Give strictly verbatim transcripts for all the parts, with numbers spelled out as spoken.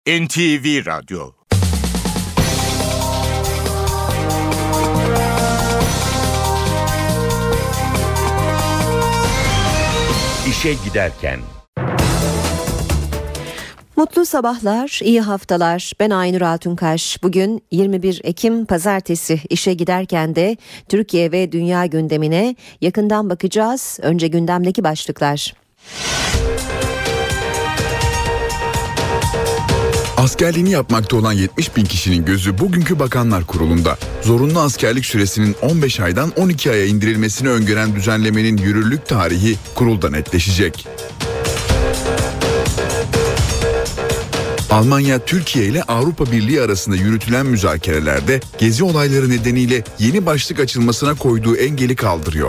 N T V Radyo. İşe giderken. Mutlu sabahlar, iyi haftalar. Ben Aynur Altunkaş. Bugün yirmi bir Ekim Pazartesi. İşe giderken de Türkiye ve dünya gündemine yakından bakacağız. Önce gündemdeki başlıklar. Askerliğini yapmakta olan yetmiş bin kişinin gözü bugünkü Bakanlar Kurulu'nda. Zorunlu askerlik süresinin on beş aydan on iki aya indirilmesini öngören düzenlemenin yürürlük tarihi kurulda netleşecek. Almanya, Türkiye ile Avrupa Birliği arasında yürütülen müzakerelerde gezi olayları nedeniyle yeni başlık açılmasına koyduğu engeli kaldırıyor.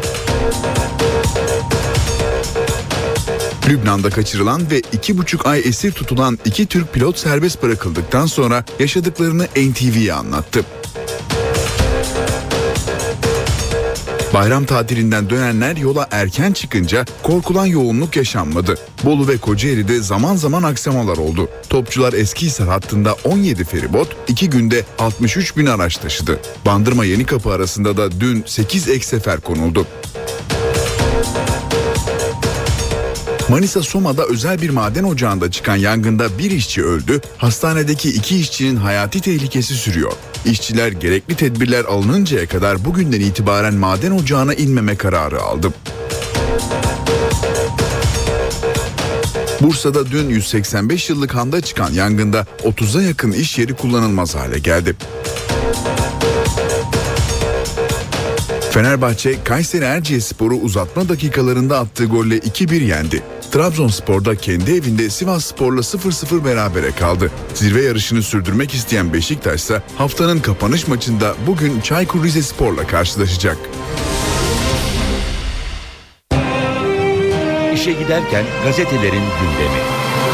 Lübnan'da kaçırılan ve iki buçuk ay esir tutulan iki Türk pilot serbest bırakıldıktan sonra yaşadıklarını N T V'ye anlattı. Bayram tatilinden dönenler yola erken çıkınca korkulan yoğunluk yaşanmadı. Bolu ve Kocaeli'de zaman zaman aksamalar oldu. Topçular Eskihisar hattında on yedi feribot, iki günde altmış üç bin araç taşıdı. Bandırma Yenikapı arasında da dün sekiz ek sefer konuldu. Manisa Soma'da özel bir maden ocağında çıkan yangında bir işçi öldü, hastanedeki iki işçinin hayati tehlikesi sürüyor. İşçiler gerekli tedbirler alınıncaya kadar bugünden itibaren maden ocağına inmeme kararı aldı. Bursa'da dün yüz seksen beş yıllık handa çıkan yangında otuza yakın iş yeri kullanılmaz hale geldi. Fenerbahçe, Kayseri Erciyesspor'u uzatma dakikalarında attığı golle iki bir yendi. Trabzonspor'da kendi evinde Sivasspor'la sıfır sıfır berabere kaldı. Zirve yarışını sürdürmek isteyen Beşiktaş ise haftanın kapanış maçında bugün Çaykur Rizespor'la karşılaşacak. İşe giderken gazetelerin gündemi.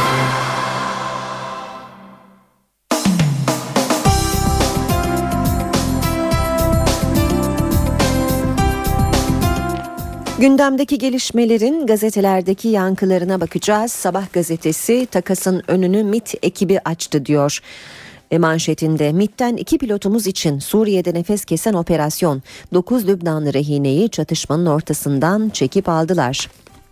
Gündemdeki gelişmelerin gazetelerdeki yankılarına bakacağız. Sabah gazetesi takasın önünü MİT ekibi açtı diyor. E manşetinde MİT'ten iki pilotumuz için Suriye'de nefes kesen operasyon. dokuz Lübnanlı rehineyi çatışmanın ortasından çekip aldılar.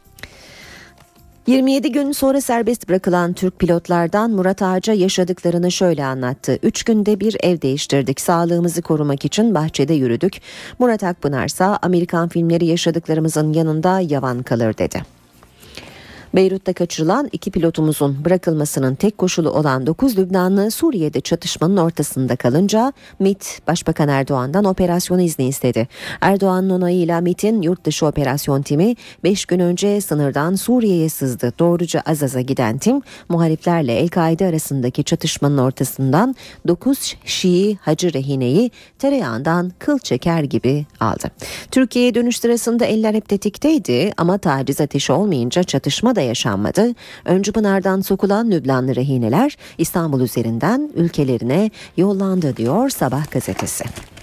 yirmi yedi gün sonra serbest bırakılan Türk pilotlardan Murat Ağaca yaşadıklarını şöyle anlattı. üç günde bir ev değiştirdik. Sağlığımızı korumak için bahçede yürüdük. Murat Akpınar ise Amerikan filmleri yaşadıklarımızın yanında yavan kalır dedi. Beyrut'ta kaçırılan iki pilotumuzun bırakılmasının tek koşulu olan dokuz Lübnanlı Suriye'de çatışmanın ortasında kalınca MİT Başbakan Erdoğan'dan operasyon izni istedi. Erdoğan'ın onayıyla MİT'in yurt dışı operasyon timi beş gün önce sınırdan Suriye'ye sızdı. Doğruca Azaz'a giden tim muhaliflerle El-Kaide arasındaki çatışmanın ortasından dokuz Şii hacı rehineyi tereyağından kıl çeker gibi aldı. Türkiye'ye dönüş sırasında eller hep tetikteydi ama taciz ateşi olmayınca çatışma da yaşanmadı. Öncü Pınar'dan sokulan Lübnanlı rehineler İstanbul üzerinden ülkelerine yollandı diyor Sabah gazetesi.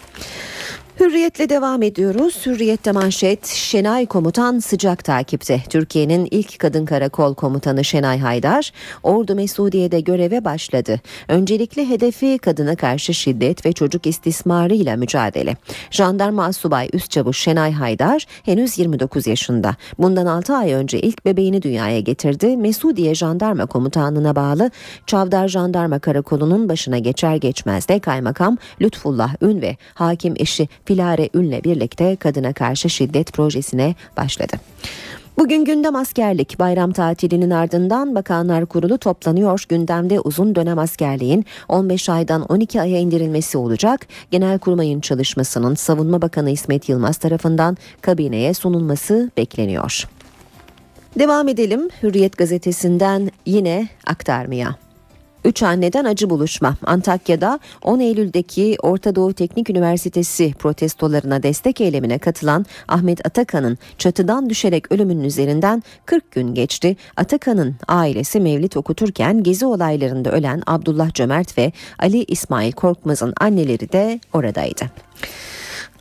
Hürriyetle devam ediyoruz. Hürriyette manşet Şenay Komutan sıcak takipte. Türkiye'nin ilk kadın karakol komutanı Şenay Haydar Ordu Mesudiye'de göreve başladı. Öncelikli hedefi kadına karşı şiddet ve çocuk istismarıyla mücadele. Jandarma Asubay Üstçavuş Şenay Haydar henüz yirmi dokuz yaşında. Bundan altı ay önce ilk bebeğini dünyaya getirdi. Mesudiye Jandarma Komutanlığı'na bağlı Çavdar Jandarma Karakolu'nun başına geçer geçmez de Kaymakam Lütfullah Ün ve hakim eşi Filare Ün'le birlikte kadına karşı şiddet projesine başladı. Bugün gündem askerlik. Bayram tatilinin ardından Bakanlar Kurulu toplanıyor. Gündemde uzun dönem askerliğin on beş aydan on iki aya indirilmesi olacak. Genelkurmay'ın çalışmasının Savunma Bakanı İsmet Yılmaz tarafından kabineye sunulması bekleniyor. Devam edelim Hürriyet gazetesinden yine aktarmaya. Üç anneden acı buluşma. Antakya'da on Eylül'deki Orta Doğu Teknik Üniversitesi protestolarına destek eylemine katılan Ahmet Atakan'ın çatıdan düşerek ölümünün üzerinden kırk gün geçti. Atakan'ın ailesi mevlid okuturken gezi olaylarında ölen Abdullah Cömert ve Ali İsmail Korkmaz'ın anneleri de oradaydı.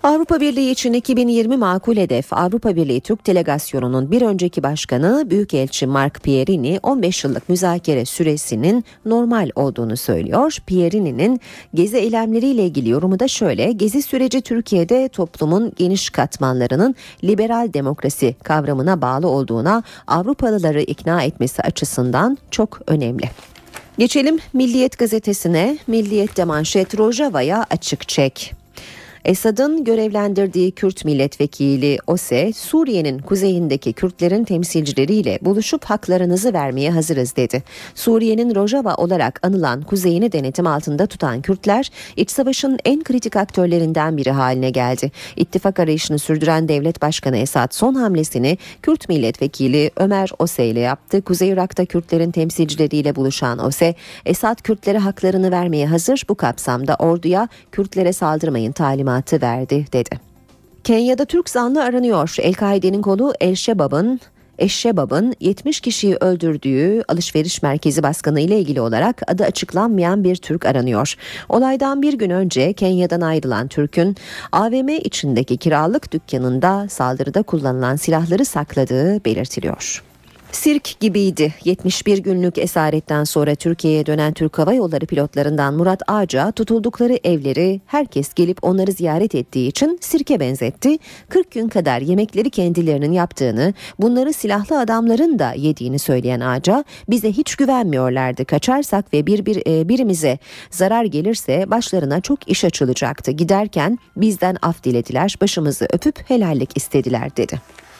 Avrupa Birliği için iki bin yirmi makul hedef. Avrupa Birliği Türk Delegasyonu'nun bir önceki başkanı Büyükelçi Mark Pierini on beş yıllık müzakere süresinin normal olduğunu söylüyor. Pierini'nin gezi eylemleriyle ilgili yorumu da şöyle: gezi süreci Türkiye'de toplumun geniş katmanlarının liberal demokrasi kavramına bağlı olduğuna Avrupalıları ikna etmesi açısından çok önemli. Geçelim Milliyet gazetesine. Milliyet'te manşet: Rojava'ya açık çek. Esad'ın görevlendirdiği Kürt milletvekili Ose, Suriye'nin kuzeyindeki Kürtlerin temsilcileriyle buluşup haklarınızı vermeye hazırız dedi. Suriye'nin Rojava olarak anılan kuzeyini denetim altında tutan Kürtler, iç savaşın en kritik aktörlerinden biri haline geldi. İttifak arayışını sürdüren Devlet Başkanı Esad son hamlesini Kürt milletvekili Ömer Ose ile yaptı. Kuzey Irak'ta Kürtlerin temsilcileriyle buluşan Ose, Esad Kürtlere haklarını vermeye hazır, bu kapsamda orduya Kürtlere saldırmayın talimatı verdi dedi. Kenya'da Türk zanlı aranıyor. El-Kaide'nin kolu El-Şebab'ın Eşşebab'ın yetmiş kişiyi öldürdüğü alışveriş merkezi baskını ile ilgili olarak adı açıklanmayan bir Türk aranıyor. Olaydan bir gün önce Kenya'dan ayrılan Türk'ün A V M içindeki kiralık dükkanında saldırıda kullanılan silahları sakladığı belirtiliyor. Sirk gibiydi. yetmiş bir günlük esaretten sonra Türkiye'ye dönen Türk Hava Yolları pilotlarından Murat Ağca tutuldukları evleri herkes gelip onları ziyaret ettiği için sirke benzetti. kırk gün kadar yemekleri kendilerinin yaptığını, bunları silahlı adamların da yediğini söyleyen Ağca, bize hiç güvenmiyorlardı. Kaçarsak ve bir, bir e, birimize zarar gelirse başlarına çok iş açılacaktı. Giderken bizden af dilediler, başımızı öpüp helallik istediler dedi.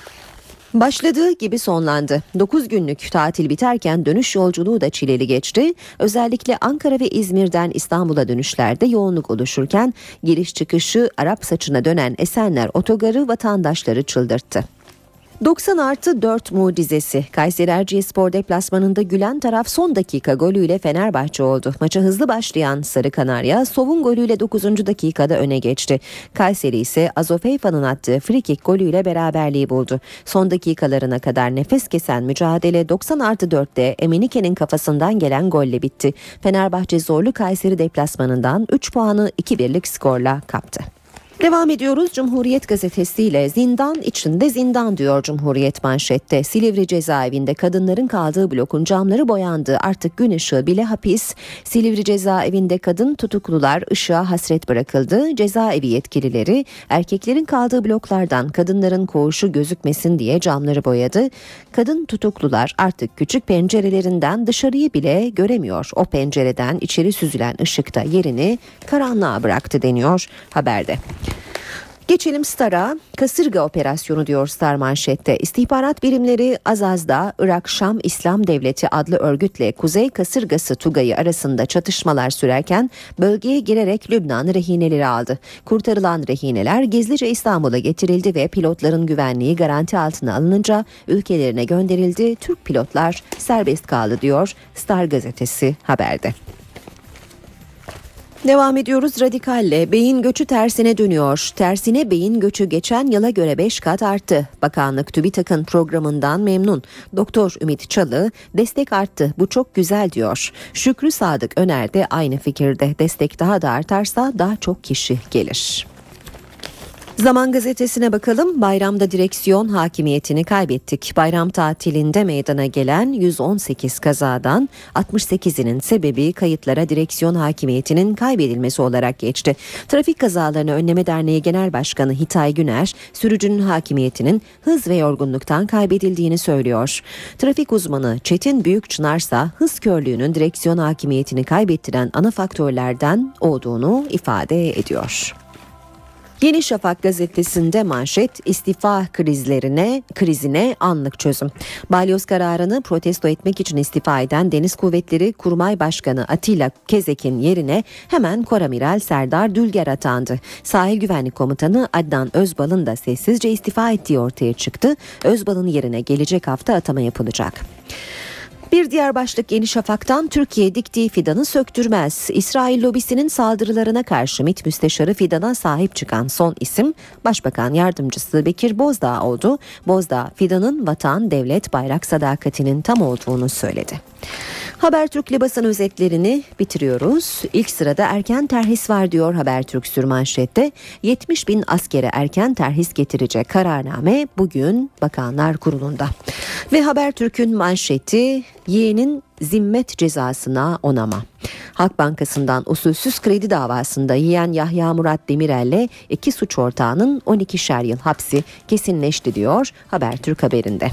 Başladığı gibi sonlandı. dokuz günlük tatil biterken dönüş yolculuğu da çileli geçti. Özellikle Ankara ve İzmir'den İstanbul'a dönüşlerde yoğunluk oluşurken giriş çıkışı Arap saçına dönen Esenler Otogarı vatandaşları çıldırttı. doksan artı dört mucizesi. Kayseri Erciyesspor deplasmanında gülen taraf son dakika golüyle Fenerbahçe oldu. Maça hızlı başlayan Sarı Kanarya Sov'un golüyle dokuzuncu dakikada öne geçti. Kayseri ise Azofeyfa'nın attığı frikik golüyle beraberliği buldu. Son dakikalarına kadar nefes kesen mücadele doksan artı dörtte Emenike'nin kafasından gelen golle bitti. Fenerbahçe zorlu Kayseri deplasmanından üç puanı iki birlik skorla kaptı. Devam ediyoruz Cumhuriyet gazetesiyle. Zindan içinde zindan diyor Cumhuriyet manşette. Silivri cezaevinde kadınların kaldığı blokun camları boyandı. Artık gün ışığı bile hapis. Silivri cezaevinde kadın tutuklular ışığa hasret bırakıldı. Cezaevi yetkilileri erkeklerin kaldığı bloklardan kadınların koğuşu gözükmesin diye camları boyadı. Kadın tutuklular artık küçük pencerelerinden dışarıyı bile göremiyor. O pencereden içeri süzülen ışıkta yerini karanlığa bıraktı deniyor haberde. Geçelim Star'a. Kasırga operasyonu diyor Star manşette. İstihbarat birimleri Azaz'da Irak-Şam İslam Devleti adlı örgütle Kuzey Kasırgası Tugayı arasında çatışmalar sürerken bölgeye girerek Lübnan rehineleri aldı. Kurtarılan rehineler gizlice İstanbul'a getirildi ve pilotların güvenliği garanti altına alınınca ülkelerine gönderildi. Türk pilotlar serbest kaldı diyor Star gazetesi haberde. Devam ediyoruz Radikal'le. Beyin göçü tersine dönüyor. Tersine beyin göçü geçen yıla göre beş kat arttı. Bakanlık TÜBİTAK'ın programından memnun. Doktor Ümit Çalı, destek arttı, bu çok güzel diyor. Şükrü Sadık Öner de aynı fikirde. Destek daha da artarsa daha çok kişi gelir. Zaman gazetesine bakalım. Bayramda direksiyon hakimiyetini kaybettik. Bayram tatilinde meydana gelen yüz on sekiz kazadan altmış sekizinin sebebi kayıtlara direksiyon hakimiyetinin kaybedilmesi olarak geçti. Trafik Kazalarını Önleme Derneği Genel Başkanı Hitay Güner, sürücünün hakimiyetinin hız ve yorgunluktan kaybedildiğini söylüyor. Trafik uzmanı Çetin Büyükçınarsa hız körlüğünün direksiyon hakimiyetini kaybettiren ana faktörlerden olduğunu ifade ediyor. Yeni Şafak gazetesinde manşet istifa krizlerine krizine anlık çözüm. Balyoz kararını protesto etmek için istifa eden Deniz Kuvvetleri Kurmay Başkanı Atilla Kezek'in yerine hemen Koramiral Serdar Dülger atandı. Sahil Güvenlik Komutanı Adnan Özbal'ın da sessizce istifa ettiği ortaya çıktı. Özbal'ın yerine gelecek hafta atama yapılacak. Bir diğer başlık Yeni Şafak'tan Türkiye diktiği fidanı söktürmez. İsrail lobisinin saldırılarına karşı MİT Müsteşarı fidana sahip çıkan son isim Başbakan Yardımcısı Bekir Bozdağ oldu. Bozdağ fidanın vatan, devlet, bayrak sadakatinin tam olduğunu söyledi. Habertürk'le basın özetlerini bitiriyoruz. İlk sırada erken terhis var diyor Habertürk sürmanşette. yetmiş bin askere erken terhis getirecek kararname bugün Bakanlar Kurulu'nda. Ve Habertürk'ün manşeti yeğenin zimmet cezasına onama. Halk Bankası'ndan usulsüz kredi davasında yeğen Yahya Murat Demirel'le iki suç ortağının on ikişer yıl hapsi kesinleşti diyor Habertürk haberinde.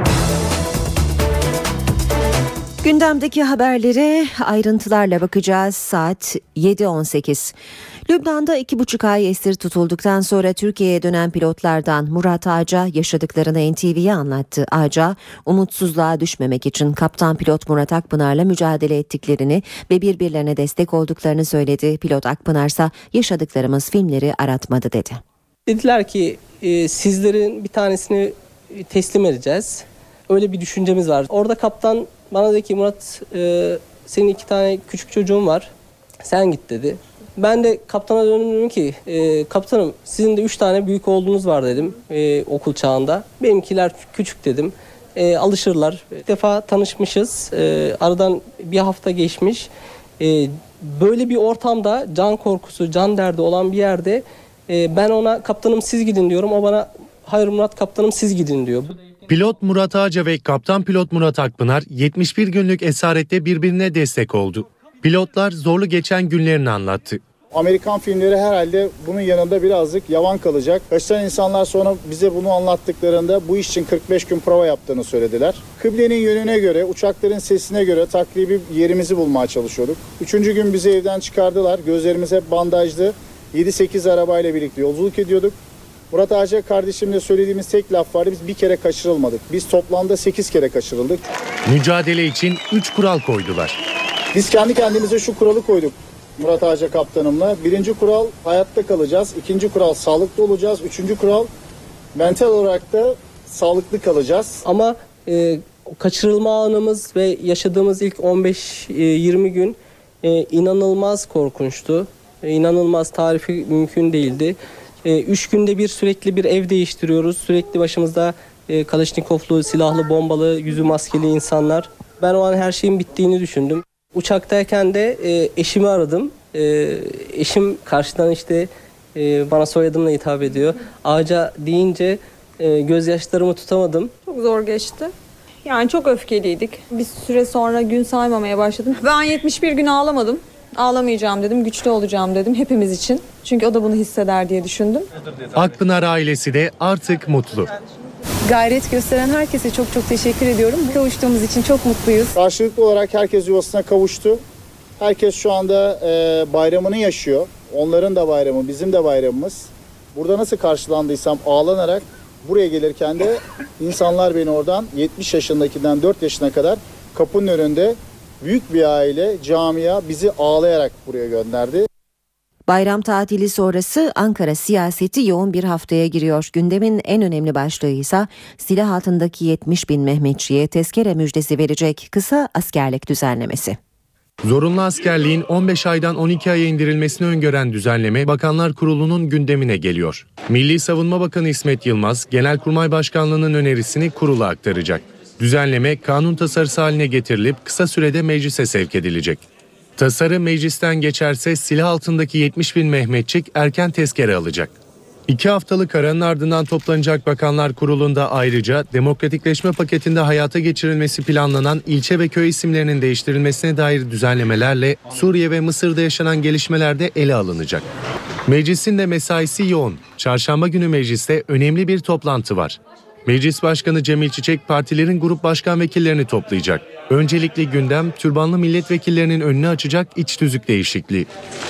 Gündemdeki haberlere ayrıntılarla bakacağız. Saat yedi on sekiz. Lübnan'da iki buçuk ay esir tutulduktan sonra Türkiye'ye dönen pilotlardan Murat Ağca yaşadıklarını N T V'ye anlattı. Ağca, umutsuzluğa düşmemek için kaptan pilot Murat Akpınar'la mücadele ettiklerini ve birbirlerine destek olduklarını söyledi. Pilot Akpınar'sa yaşadıklarımız filmleri aratmadı dedi. Dediler ki e, sizlerin bir tanesini teslim edeceğiz. Öyle bir düşüncemiz var. Orada kaptan bana dedi ki Murat e, senin iki tane küçük çocuğun var. Sen git dedi. Ben de kaptana döndüm dedim ki e, kaptanım sizin de üç tane büyük oğlunuz var dedim e, okul çağında. Benimkiler küçük dedim. E, alışırlar. Bir defa tanışmışız. E, aradan bir hafta geçmiş. E, böyle bir ortamda can korkusu, can derdi olan bir yerde e, ben ona kaptanım siz gidin diyorum. O bana hayır Murat kaptanım siz gidin diyor. Pilot Murat Ağca ve kaptan pilot Murat Akpınar yetmiş bir günlük esarette birbirine destek oldu. Pilotlar zorlu geçen günlerini anlattı. Amerikan filmleri herhalde bunun yanında birazcık yavan kalacak. Kaçtan insanlar sonra bize bunu anlattıklarında bu iş için kırk beş gün prova yaptığını söylediler. Kıblenin yönüne göre, uçakların sesine göre takribi yerimizi bulmaya çalışıyorduk. Üçüncü gün bizi evden çıkardılar. Gözlerimiz hep bandajlı. yedi sekiz arabayla birlikte yolculuk ediyorduk. Murat Ağca kardeşimle söylediğimiz tek laf vardı. Biz bir kere kaçırılmadık. Biz toplamda sekiz kere kaçırıldık. Mücadele için üç kural koydular. Biz kendi kendimize şu kuralı koyduk Murat Ağca kaptanımla. Birinci kural hayatta kalacağız. İkinci kural sağlıklı olacağız. Üçüncü kural mental olarak da sağlıklı kalacağız. Ama e, kaçırılma anımız ve yaşadığımız ilk on beş yirmi gün e, inanılmaz korkunçtu. E, inanılmaz tarifi mümkün değildi. E, üç günde bir sürekli bir ev değiştiriyoruz. Sürekli başımızda e, Kalaşnikovlu, silahlı, bombalı, yüzü maskeli insanlar. Ben o an her şeyin bittiğini düşündüm. Uçaktayken de e, eşimi aradım. E, eşim karşıdan işte e, bana soyadımla hitap ediyor. Ağaca deyince e, gözyaşlarımı tutamadım. Çok zor geçti. Yani çok öfkeliydik. Bir süre sonra gün saymamaya başladım. Ben yetmiş bir gün ağlamadım. Ağlamayacağım dedim, güçlü olacağım dedim hepimiz için. Çünkü o da bunu hisseder diye düşündüm. Akpınar ailesi de artık mutlu. Gayret gösteren herkese çok çok teşekkür ediyorum. Kavuştuğumuz için çok mutluyuz. Karşılıklı olarak herkes yuvasına kavuştu. Herkes şu anda e, bayramını yaşıyor. Onların da bayramı, bizim de bayramımız. Burada nasıl karşılandıysam ağlanarak buraya gelirken de insanlar beni oradan yetmiş yaşındakinden dört yaşına kadar kapının önünde büyük bir aile, camia bizi ağlayarak buraya gönderdi. Bayram tatili sonrası Ankara siyaseti yoğun bir haftaya giriyor. Gündemin en önemli başlığı ise silah altındaki yetmiş bin Mehmetçiye tezkere müjdesi verecek kısa askerlik düzenlemesi. Zorunlu askerliğin on beş aydan on iki aya indirilmesini öngören düzenleme Bakanlar Kurulu'nun gündemine geliyor. Milli Savunma Bakanı İsmet Yılmaz, Genelkurmay Başkanlığı'nın önerisini kurula aktaracak. Düzenleme kanun tasarısı haline getirilip kısa sürede meclise sevk edilecek. Tasarı meclisten geçerse silah altındaki yetmiş bin Mehmetçik erken tezkere alacak. İki haftalık aranın ardından toplanacak Bakanlar Kurulu'nda ayrıca demokratikleşme paketinde hayata geçirilmesi planlanan ilçe ve köy isimlerinin değiştirilmesine dair düzenlemelerle Suriye ve Mısır'da yaşanan gelişmeler de ele alınacak. Meclisin de mesaisi yoğun. Çarşamba günü mecliste önemli bir toplantı var. Meclis Başkanı Cemil Çiçek partilerin grup başkan vekillerini toplayacak. Öncelikli gündem türbanlı milletvekillerinin önünü açacak iç tüzük değişikliği.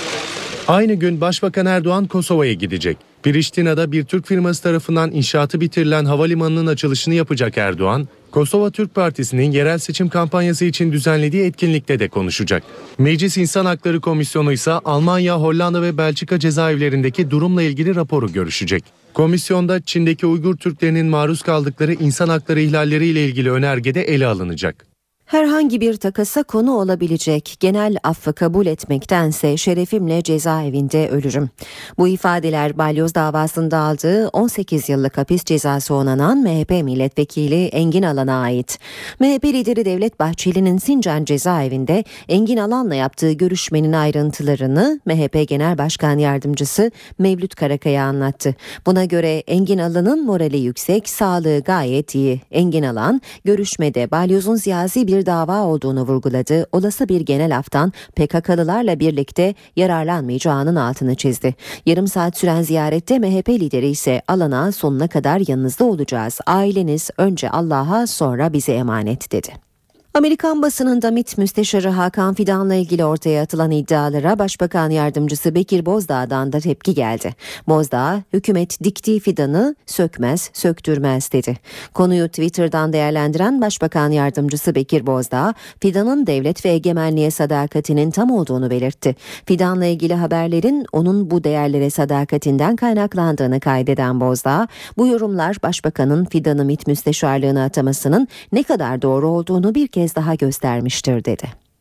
Aynı gün Başbakan Erdoğan Kosova'ya gidecek. Priştina'da bir Türk firması tarafından inşaatı bitirilen havalimanının açılışını yapacak Erdoğan, Kosova Türk Partisi'nin yerel seçim kampanyası için düzenlediği etkinlikte de konuşacak. Meclis İnsan Hakları Komisyonu ise Almanya, Hollanda ve Belçika cezaevlerindeki durumla ilgili raporu görüşecek. Komisyonda Çin'deki Uygur Türklerinin maruz kaldıkları insan hakları ihlalleriyle ilgili önerge de ele alınacak. Herhangi bir takasa konu olabilecek genel affı kabul etmektense şerefimle cezaevinde ölürüm. Bu ifadeler balyoz davasında aldığı on sekiz yıllık hapis cezası onanan M H P milletvekili Engin Alan'a ait. M H P lideri Devlet Bahçeli'nin Sincan cezaevinde Engin Alan'la yaptığı görüşmenin ayrıntılarını M H P Genel Başkan Yardımcısı Mevlüt Karakaya anlattı. Buna göre Engin Alan'ın morali yüksek, sağlığı gayet iyi. Engin Alan görüşmede balyozun siyasi bir bir dava olduğunu vurguladı. Olası bir genel aftan P K K'lılarla birlikte yararlanmayacağının altını çizdi. Yarım saat süren ziyarette M H P lideri ise Alan'a sonuna kadar yanınızda olacağız. Aileniz önce Allah'a sonra bize emanet dedi. Amerikan basınında MİT Müsteşarı Hakan Fidan'la ilgili ortaya atılan iddialara Başbakan Yardımcısı Bekir Bozdağ'dan da tepki geldi. Bozdağ, hükümet diktiği fidanı sökmez, söktürmez dedi. Konuyu Twitter'dan değerlendiren Başbakan Yardımcısı Bekir Bozdağ, fidanın devlet ve egemenliğe sadakatinin tam olduğunu belirtti. Fidan'la ilgili haberlerin onun bu değerlere sadakatinden kaynaklandığını kaydeden Bozdağ, bu yorumlar Başbakanın fidanı MİT Müsteşarlığına atamasının ne kadar doğru olduğunu bir kez daha göstermiştir dedi.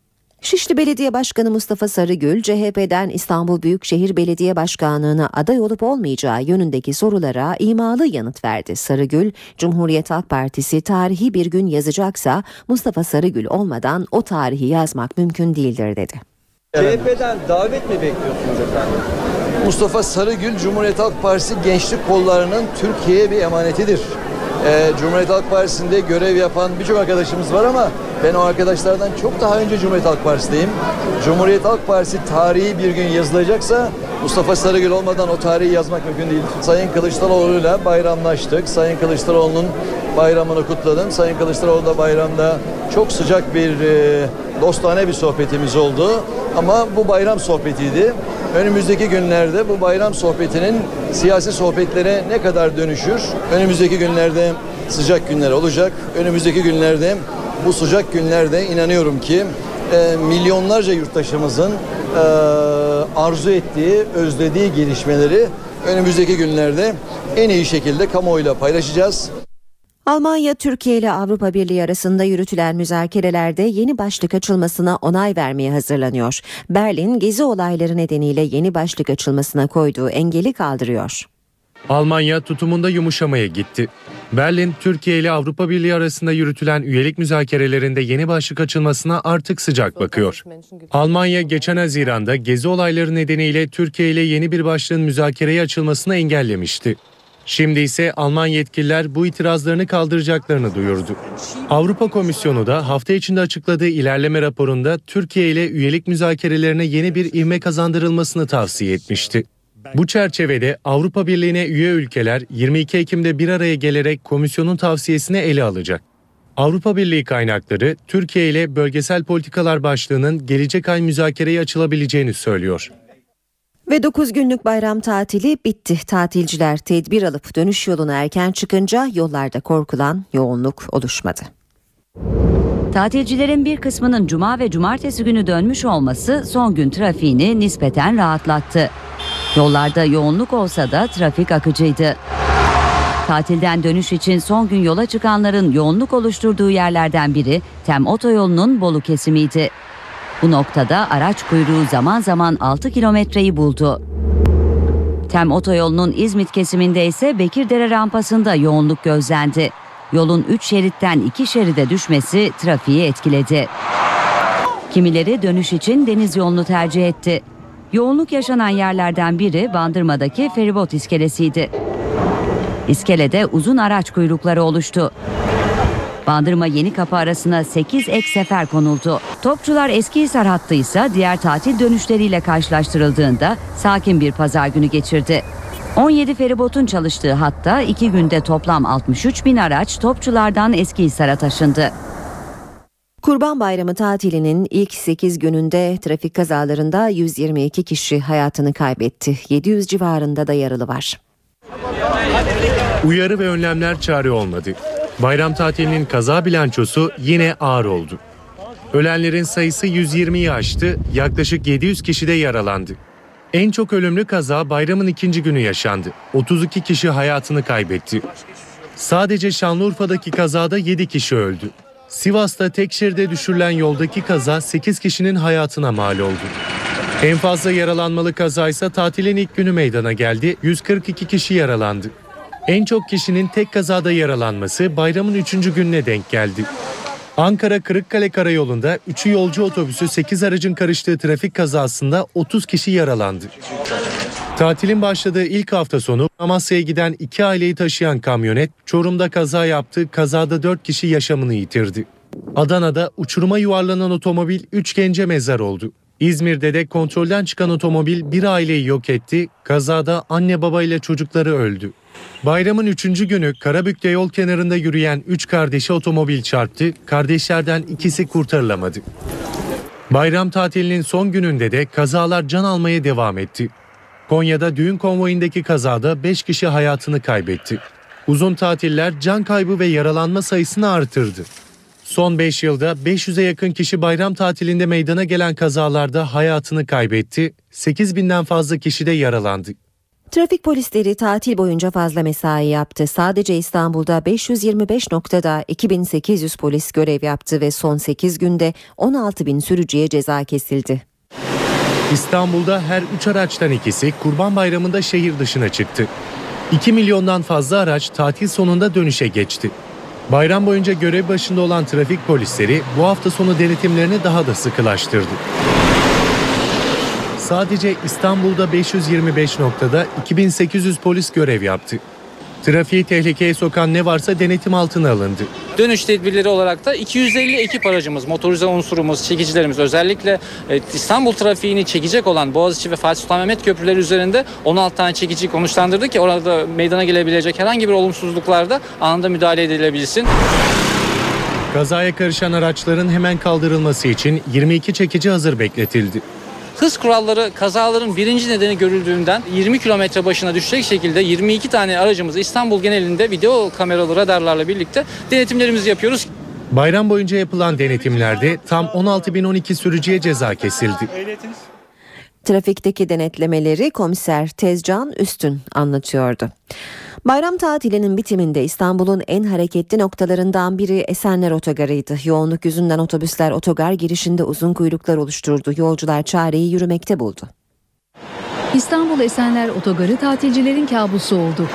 Şişli Belediye Başkanı Mustafa Sarıgül, C H P'den İstanbul Büyükşehir Belediye Başkanlığı'na aday olup olmayacağı yönündeki sorulara imalı yanıt verdi. Sarıgül, Cumhuriyet Halk Partisi tarihi bir gün yazacaksa Mustafa Sarıgül olmadan o tarihi yazmak mümkün değildir dedi. C H P'den davet mi bekliyorsunuz efendim? Mustafa Sarıgül, Cumhuriyet Halk Partisi gençlik kollarının Türkiye'ye bir emanetidir. Ee, Cumhuriyet Halk Partisi'nde görev yapan birçok arkadaşımız var ama ben o arkadaşlardan çok daha önce Cumhuriyet Halk Partisi'ndeyim. Cumhuriyet Halk Partisi tarihi bir gün yazılacaksa Mustafa Sarıgül olmadan o tarihi yazmak mümkün değil. Sayın Kılıçdaroğlu'yla bayramlaştık. Sayın Kılıçdaroğlu'nun bayramını kutladım. Sayın Kılıçdaroğlu'da bayramda çok sıcak bir e, dostane bir sohbetimiz oldu. Ama bu bayram sohbetiydi. Önümüzdeki günlerde bu bayram sohbetinin siyasi sohbetlere ne kadar dönüşür? Önümüzdeki günlerde sıcak günler olacak. Önümüzdeki günlerde bu sıcak günlerde inanıyorum ki e, milyonlarca yurttaşımızın e, arzu ettiği, özlediği gelişmeleri önümüzdeki günlerde en iyi şekilde kamuoyuyla paylaşacağız. Almanya, Türkiye ile Avrupa Birliği arasında yürütülen müzakerelerde yeni başlık açılmasına onay vermeye hazırlanıyor. Berlin, gezi olayları nedeniyle yeni başlık açılmasına koyduğu engeli kaldırıyor. Almanya tutumunda yumuşamaya gitti. Berlin, Türkiye ile Avrupa Birliği arasında yürütülen üyelik müzakerelerinde yeni başlık açılmasına artık sıcak bakıyor. Almanya geçen Haziran'da gezi olayları nedeniyle Türkiye ile yeni bir başlığın müzakereye açılmasını engellemişti. Şimdi ise Alman yetkililer bu itirazlarını kaldıracaklarını duyurdu. Avrupa Komisyonu da hafta içinde açıkladığı ilerleme raporunda Türkiye ile üyelik müzakerelerine yeni bir ivme kazandırılmasını tavsiye etmişti. Bu çerçevede Avrupa Birliği'ne üye ülkeler yirmi iki Ekim'de bir araya gelerek komisyonun tavsiyesini ele alacak. Avrupa Birliği kaynakları Türkiye ile bölgesel politikalar başlığının gelecek ay müzakereye açılabileceğini söylüyor. Ve dokuz günlük bayram tatili bitti. Tatilciler tedbir alıp dönüş yoluna erken çıkınca yollarda korkulan yoğunluk oluşmadı. Tatilcilerin bir kısmının cuma ve cumartesi günü dönmüş olması son gün trafiğini nispeten rahatlattı. Yollarda yoğunluk olsa da trafik akıcıydı. Tatilden dönüş için son gün yola çıkanların yoğunluk oluşturduğu yerlerden biri Tem Otoyolu'nun Bolu kesimiydi. Bu noktada araç kuyruğu zaman zaman altı kilometreyi buldu. Tem Otoyolu'nun İzmit kesiminde ise Bekirdere rampasında yoğunluk gözlendi. Yolun üç şeritten iki şeride düşmesi trafiği etkiledi. Kimileri dönüş için deniz yolunu tercih etti. Yoğunluk yaşanan yerlerden biri Bandırma'daki feribot iskelesiydi. İskelede uzun araç kuyrukları oluştu. Bandırma Yenikapı arasına sekiz ek sefer konuldu. Topçular Eskihisar hattı ise diğer tatil dönüşleriyle karşılaştırıldığında sakin bir pazar günü geçirdi. on yedi feribotun çalıştığı hatta iki günde toplam altmış üç bin araç Topçulardan Eskihisar'a taşındı. Kurban Bayramı tatilinin ilk sekiz gününde trafik kazalarında yüz yirmi iki kişi hayatını kaybetti. yedi yüz civarında da yaralı var. Uyarı ve önlemler çare olmadı. Bayram tatilinin kaza bilançosu yine ağır oldu. Ölenlerin sayısı yüz yirmiyi aştı, yaklaşık yedi yüz kişi de yaralandı. En çok ölümlü kaza bayramın ikinci günü yaşandı. otuz iki kişi hayatını kaybetti. Sadece Şanlıurfa'daki kazada yedi kişi öldü. Sivas'ta tek şeride düşürülen yoldaki kaza sekiz kişinin hayatına mal oldu. En fazla yaralanmalı kaza ise tatilin ilk günü meydana geldi. yüz kırk iki kişi yaralandı. En çok kişinin tek kazada yaralanması bayramın üçüncü gününe denk geldi. Ankara Kırıkkale Karayolu'nda üçü yolcu otobüsü sekiz aracın karıştığı trafik kazasında otuz kişi yaralandı. Tatilin başladığı ilk hafta sonu Amasya'ya giden iki aileyi taşıyan kamyonet Çorum'da kaza yaptı. Kazada dört kişi yaşamını yitirdi. Adana'da uçuruma yuvarlanan otomobil üç gence mezar oldu. İzmir'de de kontrolden çıkan otomobil bir aileyi yok etti. Kazada anne babayla çocukları öldü. Bayramın üçüncü günü Karabük'te yol kenarında yürüyen üç kardeşe otomobil çarptı. Kardeşlerden ikisi kurtarılamadı. Bayram tatilinin son gününde de kazalar can almaya devam etti. Konya'da düğün konvoyundaki kazada beş kişi hayatını kaybetti. Uzun tatiller can kaybı ve yaralanma sayısını artırdı. Son beş yılda beş yüze yakın kişi bayram tatilinde meydana gelen kazalarda hayatını kaybetti. sekiz binden fazla kişi de yaralandı. Trafik polisleri tatil boyunca fazla mesai yaptı. Sadece İstanbul'da beş yüz yirmi beş noktada iki bin sekiz yüz polis görev yaptı ve son sekiz günde on altı bin sürücüye ceza kesildi. İstanbul'da her üç araçtan ikisi Kurban Bayramı'nda şehir dışına çıktı. iki milyondan fazla araç tatil sonunda dönüşe geçti. Bayram boyunca görev başında olan trafik polisleri bu hafta sonu denetimlerini daha da sıkılaştırdı. Sadece İstanbul'da beş yüz yirmi beş noktada iki bin sekiz yüz polis görev yaptı. Trafiği tehlikeye sokan ne varsa denetim altına alındı. Dönüş tedbirleri olarak da iki yüz elli ekip aracımız, motorize unsurumuz, çekicilerimiz özellikle İstanbul trafiğini çekecek olan Boğaziçi ve Fatih Sultan Mehmet köprüleri üzerinde on altı tane çekici konuşlandırdı ki orada meydana gelebilecek herhangi bir olumsuzluklarda anında müdahale edilebilsin. Kazaya karışan araçların hemen kaldırılması için yirmi iki çekici hazır bekletildi. Hız kuralları kazaların birinci nedeni görüldüğünden yirmi kilometre başına düşecek şekilde yirmi iki tane aracımızı İstanbul genelinde video kameralı radarlarla birlikte denetimlerimizi yapıyoruz. Bayram boyunca yapılan denetimlerde tam on altı bin on iki sürücüye ceza kesildi. Trafikteki denetlemeleri komiser Tezcan Üstün anlatıyordu. Bayram tatilinin bitiminde İstanbul'un en hareketli noktalarından biri Esenler Otogarı'ydı. Yoğunluk yüzünden otobüsler otogar girişinde uzun kuyruklar oluşturdu. Yolcular çareyi yürümekte buldu. İstanbul Esenler Otogarı tatilcilerin kabusu oldu.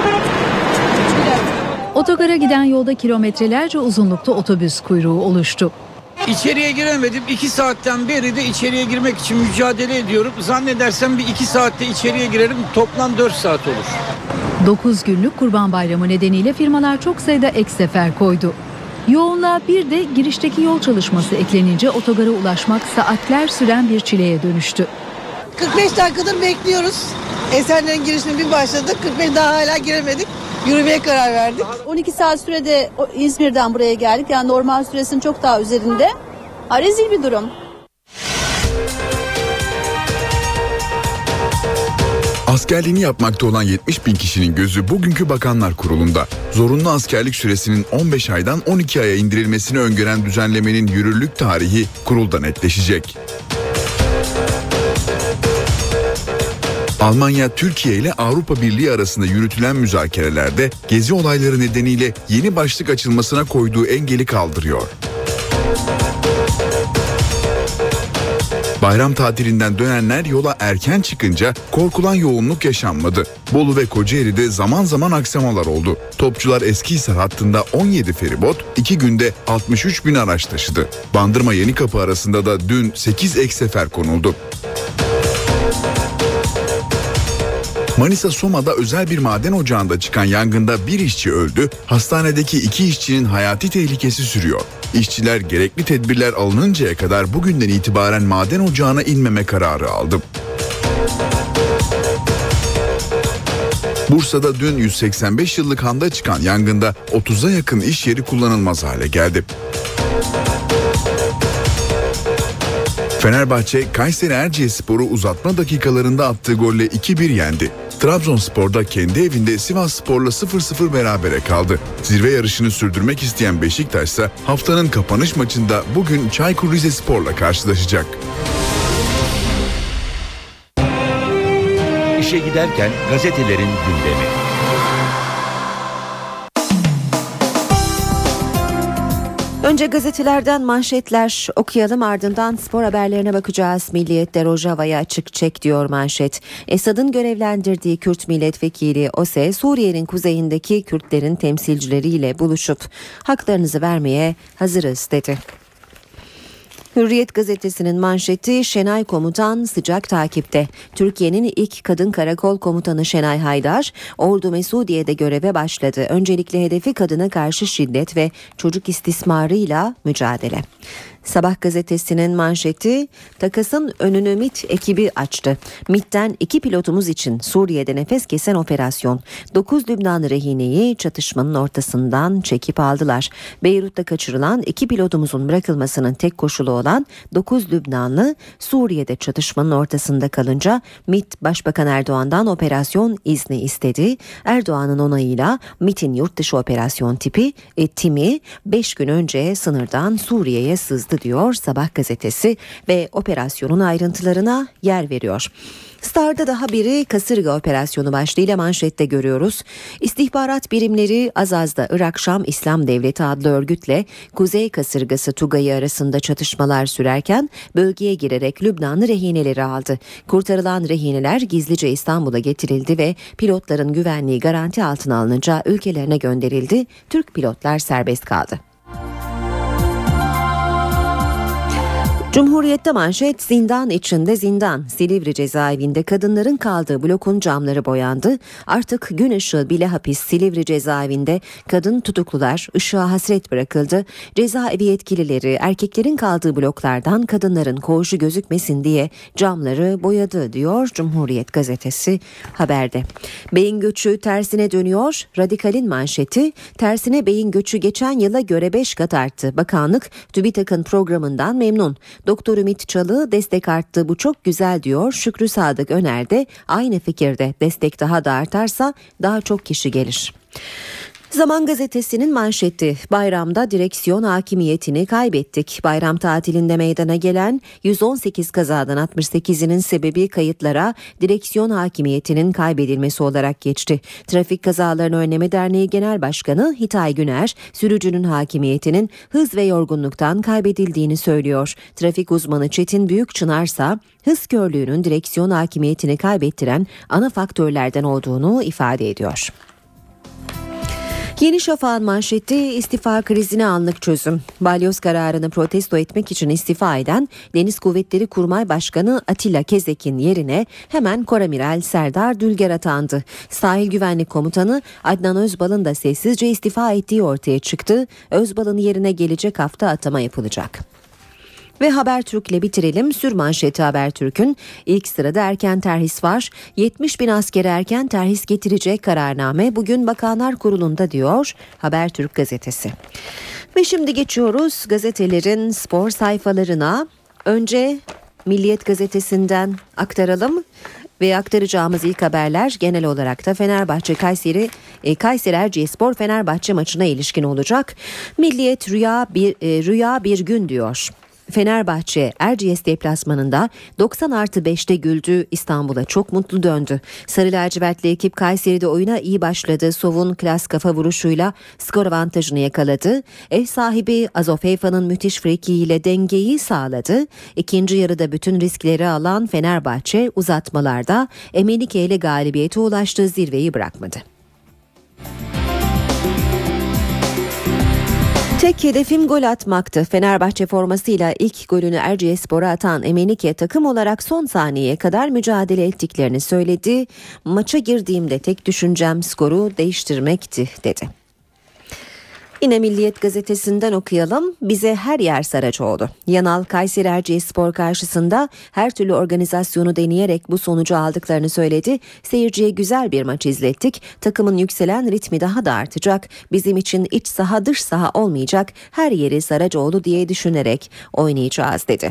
Otogara giden yolda kilometrelerce uzunlukta otobüs kuyruğu oluştu. İçeriye giremedim. iki saatten beri de içeriye girmek için mücadele ediyorum. Zannedersem bir iki saatte içeriye girerim. Toplam dört saat olur. dokuz günlük Kurban Bayramı nedeniyle firmalar çok sayıda ek sefer koydu. Yoğunluğa bir de girişteki yol çalışması eklenince otogara ulaşmak saatler süren bir çileye dönüştü. kırk beş dakikadır bekliyoruz. Esenler'in girişine bir başladık. kırk beş daha hala giremedik. Yürümeye karar verdik. on iki saat sürede İzmir'den buraya geldik. Yani normal süresinin çok daha üzerinde. Ha, rezil bir durum. Askerliğini yapmakta olan yetmiş bin kişinin gözü bugünkü Bakanlar Kurulu'nda. Zorunlu askerlik süresinin on beş aydan on iki aya indirilmesini öngören düzenlemenin yürürlük tarihi kurulda netleşecek. Almanya, Türkiye ile Avrupa Birliği arasında yürütülen müzakerelerde gezi olayları nedeniyle yeni başlık açılmasına koyduğu engeli kaldırıyor. Bayram tatilinden dönenler yola erken çıkınca korkulan yoğunluk yaşanmadı. Bolu ve Kocaeli'de zaman zaman aksamalar oldu. Topçular Eskihisar hattında on yedi feribot, iki günde altmış üç bin araç taşıdı. Bandırma Yenikapı arasında da dün sekiz ek sefer konuldu. Manisa Soma'da özel bir maden ocağında çıkan yangında bir işçi öldü, hastanedeki iki işçinin hayati tehlikesi sürüyor. İşçiler gerekli tedbirler alınıncaya kadar bugünden itibaren maden ocağına inmeme kararı aldı. Bursa'da dün yüz seksen beş yıllık handa çıkan yangında otuza yakın iş yeri kullanılmaz hale geldi. Fenerbahçe, Kayseri Erciyesspor'u uzatma dakikalarında attığı golle iki bir yendi. Trabzonspor'da kendi evinde Sivasspor'la sıfır sıfır berabere kaldı. Zirve yarışını sürdürmek isteyen Beşiktaş ise haftanın kapanış maçında bugün Çaykur Rizespor'la karşılaşacak. İşe giderken gazetelerin gündemi. Önce gazetelerden manşetler okuyalım, ardından spor haberlerine bakacağız. Milliyet'te Rojava'ya açık çek diyor manşet. Esad'ın görevlendirdiği Kürt milletvekili Ose, Suriye'nin kuzeyindeki Kürtlerin temsilcileriyle buluşup haklarınızı vermeye hazırız dedi. Hürriyet gazetesinin manşeti Şenay Komutan sıcak takipte. Türkiye'nin ilk kadın karakol komutanı Şenay Haydar, Ordu Mesudiye'de göreve başladı. Öncelikle hedefi kadına karşı şiddet ve çocuk istismarıyla mücadele. Sabah gazetesinin manşeti takasın önünü MİT ekibi açtı. MİT'ten iki pilotumuz için Suriye'de nefes kesen operasyon. dokuz Lübnanlı rehineyi çatışmanın ortasından çekip aldılar. Beyrut'ta kaçırılan iki pilotumuzun bırakılmasının tek koşulu olan dokuz Lübnanlı Suriye'de çatışmanın ortasında kalınca MİT Başbakan Erdoğan'dan operasyon izni istedi. Erdoğan'ın onayıyla MİT'in yurt dışı operasyon tipi e, timi beş gün önce sınırdan Suriye'ye sızdı diyor Sabah gazetesi ve operasyonun ayrıntılarına yer veriyor. Star'da daha biri kasırga operasyonu başlığıyla manşette görüyoruz. İstihbarat birimleri Azaz'da Irak Şam İslam Devleti adlı örgütle Kuzey Kasırgası Tugayı arasında çatışmalar sürerken bölgeye girerek Lübnanlı rehineleri aldı. Kurtarılan rehineler gizlice İstanbul'a getirildi ve pilotların güvenliği garanti altına alınınca ülkelerine gönderildi. Türk pilotlar serbest kaldı. Cumhuriyet'te manşet zindan içinde zindan. Silivri cezaevinde kadınların kaldığı blokun camları boyandı. Artık gün ışığı bile hapis. Silivri cezaevinde kadın tutuklular ışığa hasret bırakıldı. Cezaevi yetkilileri erkeklerin kaldığı bloklardan kadınların koğuşu gözükmesin diye camları boyadı diyor Cumhuriyet gazetesi haberde. Beyin göçü tersine dönüyor. Radikal'in manşeti tersine beyin göçü geçen yıla göre beş kat arttı. Bakanlık TÜBİTAK'ın programından memnun. Doktor Ümit Çalı destek arttı, bu çok güzel diyor. Şükrü Sadık Öner de aynı fikirde, destek daha da artarsa daha çok kişi gelir. Zaman gazetesinin manşeti bayramda direksiyon hakimiyetini kaybettik. Bayram tatilinde meydana gelen yüz on sekiz kazadan altmış sekizinin sebebi kayıtlara direksiyon hakimiyetinin kaybedilmesi olarak geçti. Trafik Kazalarını Önleme Derneği Genel Başkanı Hitay Güner, sürücünün hakimiyetinin hız ve yorgunluktan kaybedildiğini söylüyor. Trafik uzmanı Çetin Büyükçınarsa hız körlüğünün direksiyon hakimiyetini kaybettiren ana faktörlerden olduğunu ifade ediyor. Yeni Şafak'ın manşeti istifa krizine anlık çözüm. Balyoz kararını protesto etmek için istifa eden Deniz Kuvvetleri Kurmay Başkanı Atilla Kezek'in yerine hemen Koramiral Serdar Dülger atandı. Sahil Güvenlik Komutanı Adnan Özbal'ın da sessizce istifa ettiği ortaya çıktı. Özbal'ın yerine gelecek hafta atama yapılacak. Ve Habertürk'le bitirelim. Sürmanşeti Habertürk'ün ilk sırada erken terhis var. yetmiş bin askere erken terhis getirecek kararname bugün Bakanlar Kurulu'nda diyor Habertürk gazetesi. Ve şimdi geçiyoruz gazetelerin spor sayfalarına. Önce Milliyet gazetesinden aktaralım. Ve aktaracağımız ilk haberler genel olarak da Fenerbahçe Kayseri e, Kayseri Erciyesspor Fenerbahçe maçına ilişkin olacak. Milliyet rüya bir e, rüya bir gün diyor. Fenerbahçe Erciyes deplasmanında doksan artı beşte güldü, İstanbul'a çok mutlu döndü. Sarı lacivertli ekip Kayseri'de oyuna iyi başladı. Sov'un klas kafa vuruşuyla skor avantajını yakaladı. Ev sahibi Azofeyfa'nın müthiş frikiyle dengeyi sağladı. İkinci yarıda bütün riskleri alan Fenerbahçe uzatmalarda Emenike ile galibiyete ulaştığı zirveyi bırakmadı. Tek hedefim gol atmaktı. Fenerbahçe formasıyla ilk golünü Erciyespor'a atan Emenike takım olarak son saniyeye kadar mücadele ettiklerini söyledi. Maça girdiğimde tek düşüncem skoru değiştirmekti dedi. Yine Milliyet gazetesinden okuyalım. Bize her yer Saraçoğlu. Yanal Kayseri Erciyesspor karşısında her türlü organizasyonu deneyerek bu sonucu aldıklarını söyledi. Seyirciye güzel bir maç izlettik. Takımın yükselen ritmi daha da artacak. Bizim için iç saha dış saha olmayacak. Her yeri Saraçoğlu diye düşünerek oynayacağız dedi.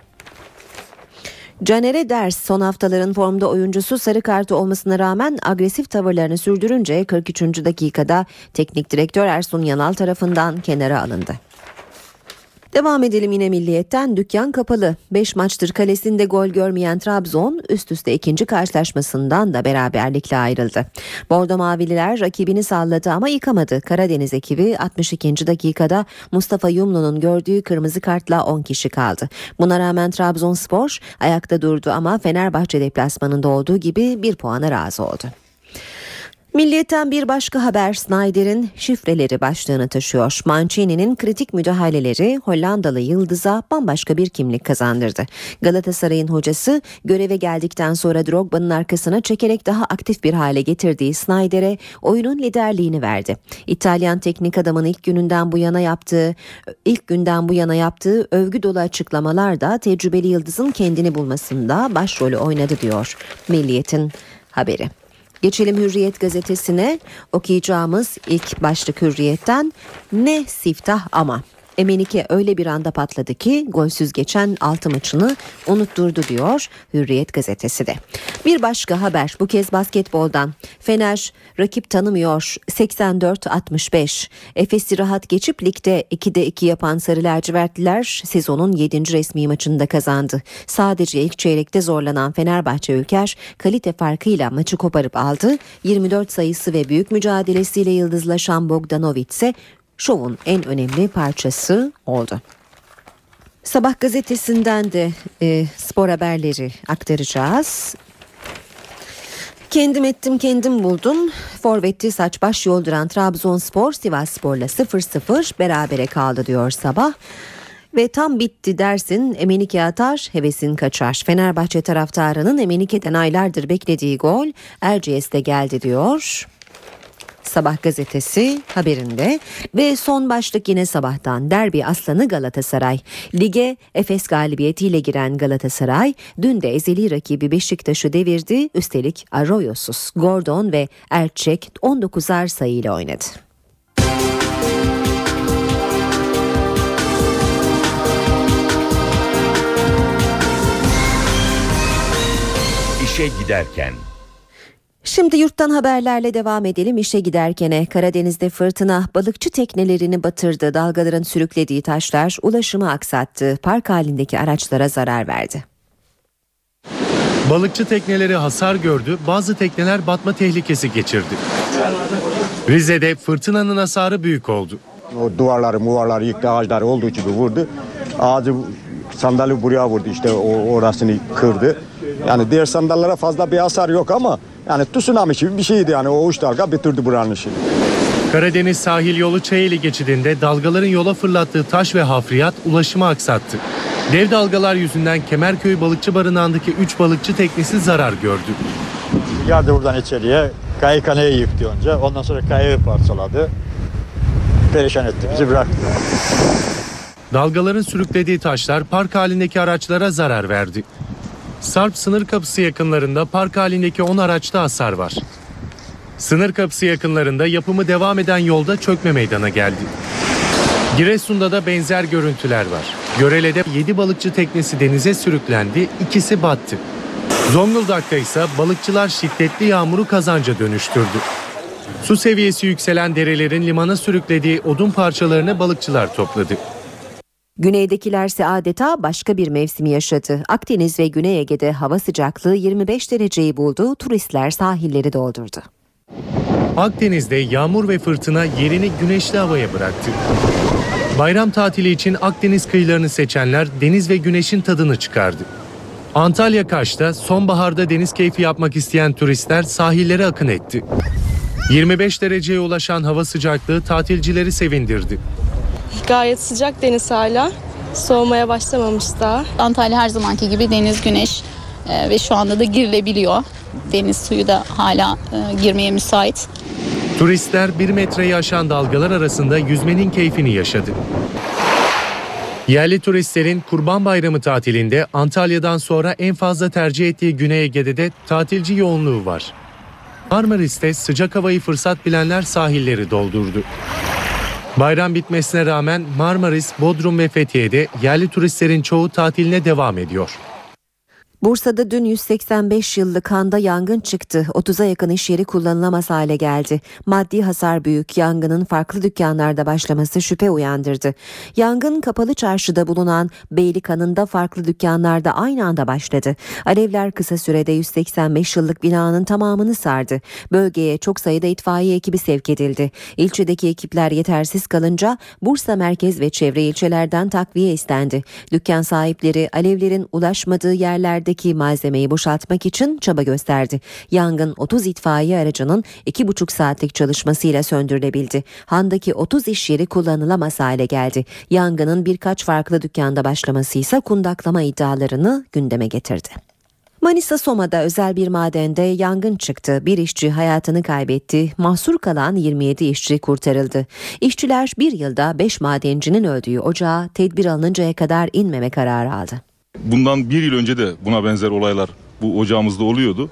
Caner'e ders, son haftaların formda oyuncusu sarı kartı olmasına rağmen agresif tavırlarını sürdürünce kırk üçüncü dakikada teknik direktör Ersun Yanal tarafından kenara alındı. Devam edelim yine Milliyet'ten. Dükkan kapalı. beş maçtır kalesinde gol görmeyen Trabzon üst üste ikinci karşılaşmasından da beraberlikle ayrıldı. Bordo Mavililer rakibini salladı ama yıkamadı. Karadeniz ekibi altmış ikinci dakikada Mustafa Yumlu'nun gördüğü kırmızı kartla on kişi kaldı. Buna rağmen Trabzonspor ayakta durdu ama Fenerbahçe deplasmanında olduğu gibi bir puana razı oldu. Milliyet'ten bir başka haber Sneijder'in şifreleri başlığını taşıyor. Mancini'nin kritik müdahaleleri Hollandalı yıldıza bambaşka bir kimlik kazandırdı. Galatasaray'ın hocası göreve geldikten sonra Drogba'nın arkasına çekerek daha aktif bir hale getirdiği Sneijder'e oyunun liderliğini verdi. İtalyan teknik adamın ilk gününden bu yana yaptığı ilk günden bu yana yaptığı övgü dolu açıklamalar da tecrübeli yıldızın kendini bulmasında başrolü oynadı diyor Milliyet'in haberi. Geçelim Hürriyet gazetesine. Okuyacağımız ilk başlık Hürriyet'ten ne siftah ama. Emenike öyle bir anda patladı ki golsüz geçen altı maçını unutturdu diyor Hürriyet gazetesi de. Bir başka haber bu kez basketboldan. Fener rakip tanımıyor seksen dört altmış beş. Efes'i rahat geçip ligde ikide iki yapan Sarı Lacivertliler sezonun yedinci resmi maçında kazandı. Sadece ilk çeyrekte zorlanan Fenerbahçe Ülker kalite farkıyla maçı koparıp aldı. yirmi dört sayısı ve büyük mücadelesiyle yıldızlaşan Bogdanovic ise şovun en önemli parçası oldu. Sabah gazetesinden de e, spor haberleri aktaracağız. Kendim ettim kendim buldum. Forvet'ti saç baş yolduran Trabzonspor Sivasspor'la sıfır sıfır berabere kaldı diyor Sabah. Ve tam bitti dersin Emenike atar hevesin kaçar. Fenerbahçe taraftarının Emenike'den aylardır beklediği gol Erciyes'te geldi diyor Sabah gazetesi haberinde. Ve son başlık yine Sabah'tan. Derbi aslanı Galatasaray. Lige Efes galibiyetiyle giren Galatasaray dün de ezeli rakibi Beşiktaş'ı devirdi. Üstelik Arroyosuz, Gordon ve Erçek on dokuzar sayıyla oynadı. İşe giderken. Şimdi yurttan haberlerle devam edelim. İşe giderkene Karadeniz'de fırtına balıkçı teknelerini batırdı. Dalgaların sürüklediği taşlar ulaşımı aksattı. Park halindeki araçlara zarar verdi. Balıkçı tekneleri hasar gördü, bazı tekneler batma tehlikesi geçirdi. Rize'de fırtınanın hasarı büyük oldu. O duvarları, muvarları yıktı, ağaçları olduğu gibi vurdu. Ağacı sandalye buraya vurdu, işte o orasını kırdı. Yani diğer sandallara fazla bir hasar yok ama yani tsunami gibi bir şeydi, yani o uç dalga bitirdi buranın işini. Karadeniz sahil yolu Çayeli geçidinde dalgaların yola fırlattığı taş ve hafriyat ulaşımı aksattı. Dev dalgalar yüzünden Kemerköy Balıkçı Barınağı'ndaki üç balıkçı teknesi zarar gördü. Geldi buradan içeriye, kayıkhaneyi yıktı önce, ondan sonra kayığı parçaladı. Perişan etti, bizi bıraktı. Dalgaların sürüklediği taşlar park halindeki araçlara zarar verdi. Sarp sınır kapısı yakınlarında park halindeki on araçta hasar var. Sınır kapısı yakınlarında yapımı devam eden yolda çökme meydana geldi. Giresun'da da benzer görüntüler var. Görele'de yedi balıkçı teknesi denize sürüklendi, ikisi battı. Zonguldak'ta ise balıkçılar şiddetli yağmuru kazanca dönüştürdü. Su seviyesi yükselen derelerin limana sürüklediği odun parçalarını balıkçılar topladı. Güneydekilerse adeta başka bir mevsimi yaşadı. Akdeniz ve Güney Ege'de hava sıcaklığı yirmi beş dereceyi buldu. Turistler sahilleri doldurdu. Akdeniz'de yağmur ve fırtına yerini güneşli havaya bıraktı. Bayram tatili için Akdeniz kıyılarını seçenler deniz ve güneşin tadını çıkardı. Antalya Kaş'ta sonbaharda deniz keyfi yapmak isteyen turistler sahillere akın etti. yirmi beş dereceye ulaşan hava sıcaklığı tatilcileri sevindirdi. Gayet sıcak deniz hala. Soğumaya başlamamış daha. Antalya her zamanki gibi deniz, güneş e, ve şu anda da girilebiliyor. Deniz suyu da hala e, girmeye müsait. Turistler bir metreyi aşan dalgalar arasında yüzmenin keyfini yaşadı. Yerli turistlerin Kurban Bayramı tatilinde Antalya'dan sonra en fazla tercih ettiği Güney Ege'de de tatilci yoğunluğu var. Marmaris'te sıcak havayı fırsat bilenler sahilleri doldurdu. Bayram bitmesine rağmen Marmaris, Bodrum ve Fethiye'de yerli turistlerin çoğu tatiline devam ediyor. Bursa'da dün yüz seksen beş yıllık handa yangın çıktı. otuza yakın iş yeri kullanılamaz hale geldi. Maddi hasar büyük. Yangının farklı dükkanlarda başlaması şüphe uyandırdı. Yangın Kapalı Çarşı'da bulunan Beylik Hanı'nda farklı dükkanlarda aynı anda başladı. Alevler kısa sürede yüz seksen beş yıllık binanın tamamını sardı. Bölgeye çok sayıda itfaiye ekibi sevk edildi. İlçedeki ekipler yetersiz kalınca Bursa merkez ve çevre ilçelerden takviye istendi. Dükkan sahipleri alevlerin ulaşmadığı yerlerde ki malzemeyi boşaltmak için çaba gösterdi. Yangın otuz itfaiye aracının iki buçuk saatlik çalışmasıyla söndürülebildi. Handaki otuz iş yeri kullanılamaz hale geldi. Yangının birkaç farklı dükkanda başlaması ise kundaklama iddialarını gündeme getirdi. Manisa Soma'da özel bir madende yangın çıktı. Bir işçi hayatını kaybetti. Mahsur kalan yirmi yedi işçi kurtarıldı. İşçiler bir yılda beş madencinin öldüğü ocağa tedbir alınıncaya kadar inmeme kararı aldı. Bundan bir yıl önce de buna benzer olaylar bu ocağımızda oluyordu.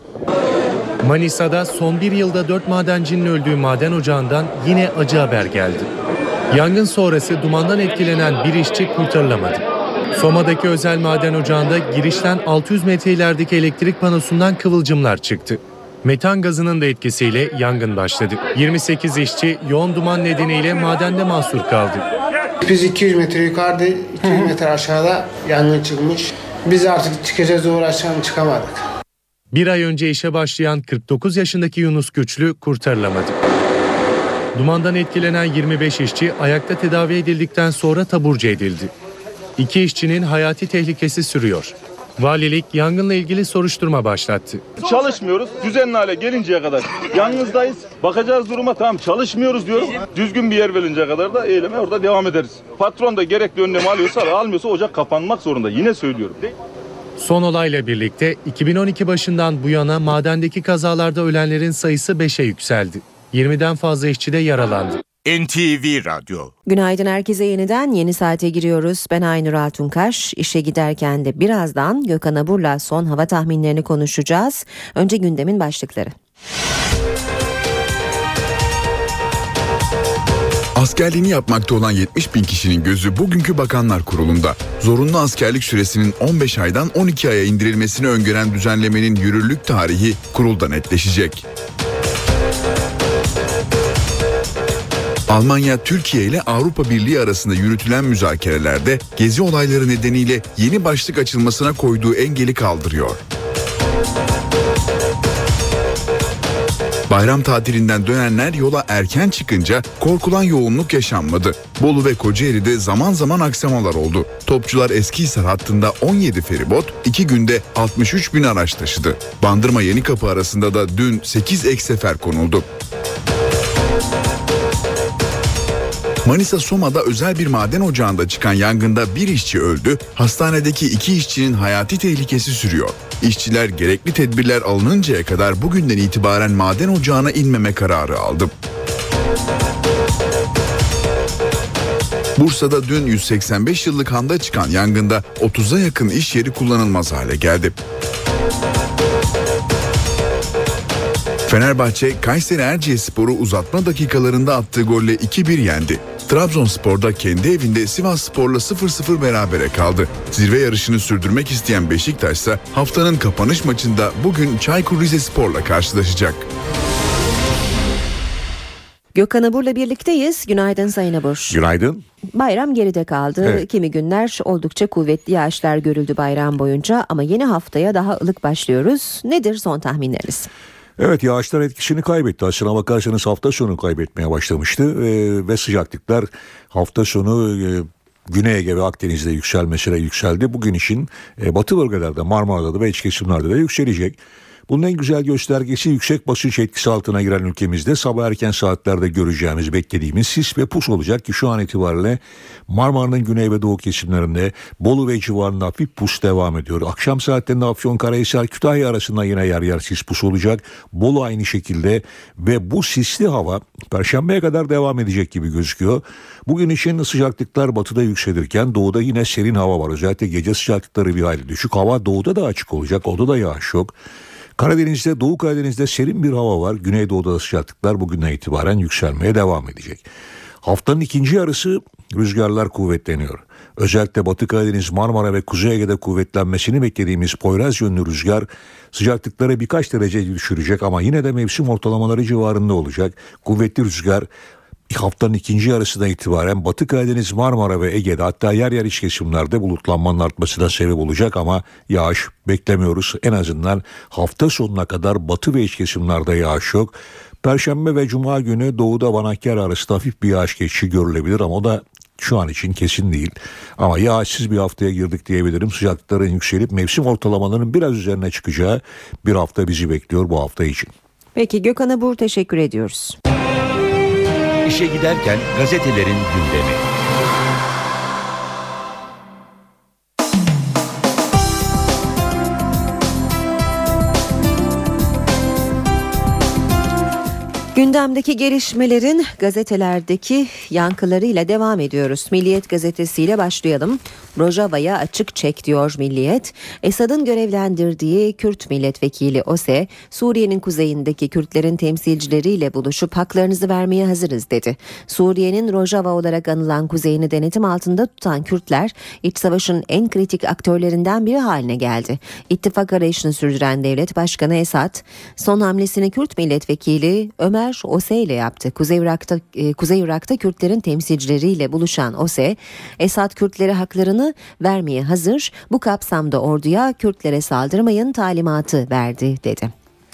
Manisa'da son bir yılda dört madencinin öldüğü maden ocağından yine acı haber geldi. Yangın sonrası dumandan etkilenen bir işçi kurtarılamadı. Soma'daki özel maden ocağında girişten altı yüz metre ilerideki elektrik panosundan kıvılcımlar çıktı. Metan gazının da etkisiyle yangın başladı. yirmi sekiz işçi yoğun duman nedeniyle madende mahsur kaldı. Biz iki yüz metre yukarıda, iki yüz metre aşağıda yangın çıkmış. Biz artık çıkacağız uğraşalım, çıkamadık. Bir ay önce işe başlayan kırk dokuz yaşındaki Yunus Güçlü kurtarılamadı. Dumandan etkilenen yirmi beş işçi ayakta tedavi edildikten sonra taburcu edildi. İki işçinin hayati tehlikesi sürüyor. Valilik yangınla ilgili soruşturma başlattı. Çalışmıyoruz. Düzenli hale gelinceye kadar yalnızdayız. Bakacağız duruma, tamam çalışmıyoruz diyorum. Düzgün bir yer verinceye kadar da eyleme orada devam ederiz. Patron da gerekli önlemi alıyorsa almıyorsa ocak kapanmak zorunda. Yine söylüyorum. Son olayla birlikte iki bin on iki başından bu yana madendeki kazalarda ölenlerin sayısı beşe yükseldi. yirmiden fazla işçi de yaralandı. N T V Radyo. Günaydın herkese, yeniden yeni saate giriyoruz. Ben Aynur Altunkaş. İşe giderken de birazdan Gökhan Abur'la son hava tahminlerini konuşacağız. Önce gündemin başlıkları. Askerliğini yapmakta olan yetmiş bin kişinin gözü bugünkü Bakanlar Kurulu'nda. Zorunlu askerlik süresinin on beş aydan on iki aya indirilmesini öngören düzenlemenin yürürlük tarihi kurulda netleşecek. Almanya, Türkiye ile Avrupa Birliği arasında yürütülen müzakerelerde gezi olayları nedeniyle yeni başlık açılmasına koyduğu engeli kaldırıyor. Bayram tatilinden dönenler yola erken çıkınca korkulan yoğunluk yaşanmadı. Bolu ve Kocaeli'de zaman zaman aksamalar oldu. Topçular Eskihisar hattında on yedi feribot, iki günde altmış üç bin araç taşıdı. Bandırma Yenikapı arasında da dün sekiz ek sefer konuldu. Manisa Soma'da özel bir maden ocağında çıkan yangında bir işçi öldü, hastanedeki iki işçinin hayati tehlikesi sürüyor. İşçiler gerekli tedbirler alınıncaya kadar bugünden itibaren maden ocağına inmeme kararı aldı. Bursa'da dün yüz seksen beş yıllık handa çıkan yangında otuza yakın iş yeri kullanılmaz hale geldi. Fenerbahçe, Kayseri Erciyesspor'u uzatma dakikalarında attığı golle iki bir yendi. Trabzonspor'da kendi evinde Sivasspor'la sıfır sıfır berabere kaldı. Zirve yarışını sürdürmek isteyen Beşiktaş ise haftanın kapanış maçında bugün Çaykur Rizespor'la karşılaşacak. Gökhan Abur'la birlikteyiz. Günaydın Sayın Abur. Günaydın. Bayram geride kaldı. Evet. Kimi günler oldukça kuvvetli yağışlar görüldü bayram boyunca ama yeni haftaya daha ılık başlıyoruz. Nedir son tahminleriniz? Evet, yağışlar etkisini kaybetti. Aslına bakarsanız hafta sonu kaybetmeye başlamıştı ee, ve sıcaklıklar hafta sonu e, Güney Ege ve Akdeniz'de yükselmesine yükseldi. Bugün için e, batı bölgelerde, Marmara'da ve iç kesimlerde de yükselecek. Bunun en güzel göstergesi yüksek basınç etkisi altına giren ülkemizde sabah erken saatlerde göreceğimiz, beklediğimiz sis ve pus olacak ki şu an itibariyle Marmara'nın güney ve doğu kesimlerinde Bolu ve civarında hafif pus devam ediyor. Akşam saatlerinde Afyonkarahisar, Kütahya arasında yine yer yer sis pus olacak. Bolu aynı şekilde ve bu sisli hava Perşembeye kadar devam edecek gibi gözüküyor. Bugün için sıcaklıklar batıda yükselirken doğuda yine serin hava var. Özellikle gece sıcaklıkları bir hayli düşük. Hava doğuda da açık olacak. Orada da yağış yok. Karadeniz'de, Doğu Karadeniz'de serin bir hava var. Güneydoğu'da da sıcaklıklar bugünden itibaren yükselmeye devam edecek. Haftanın ikinci yarısı rüzgarlar kuvvetleniyor. Özellikle Batı Karadeniz, Marmara ve Kuzey Ege'de kuvvetlenmesini beklediğimiz Poyraz yönlü rüzgar sıcaklıkları birkaç derece düşürecek ama yine de mevsim ortalamaları civarında olacak. Kuvvetli rüzgar haftanın ikinci yarısından itibaren Batı Karadeniz, Marmara ve Ege'de, hatta yer yer iç kesimlerde bulutlanmanın artmasına sebep olacak ama yağış beklemiyoruz. En azından hafta sonuna kadar batı ve iç kesimlerde yağış yok. Perşembe ve Cuma günü doğuda Van Hakkari arasında hafif bir yağış geçişi görülebilir ama o da şu an için kesin değil. Ama yağışsız bir haftaya girdik diyebilirim. Sıcaklıkların yükselip mevsim ortalamalarının biraz üzerine çıkacağı bir hafta bizi bekliyor bu hafta için. Peki Gökhan Abur, teşekkür ediyoruz. İşe giderken gazetelerin gündemi. Gündemdeki gelişmelerin gazetelerdeki yankılarıyla devam ediyoruz. Milliyet gazetesiyle başlayalım. Rojava'ya açık çek diyor Milliyet. Esad'ın görevlendirdiği Kürt milletvekili Ose, Suriye'nin kuzeyindeki Kürtlerin temsilcileriyle buluşup haklarınızı vermeye hazırız dedi. Suriye'nin Rojava olarak anılan kuzeyini denetim altında tutan Kürtler, iç savaşın en kritik aktörlerinden biri haline geldi. İttifak arayışını sürdüren devlet başkanı Esad, son hamlesini Kürt milletvekili Ömer Ose ile yaptı. Kuzey Irak'ta, e, Kuzey Irak'ta Kürtlerin temsilcileriyle buluşan Ose, Esad Kürtlere haklarını vermeye hazır, bu kapsamda orduya Kürtlere saldırmayın talimatı verdi dedi.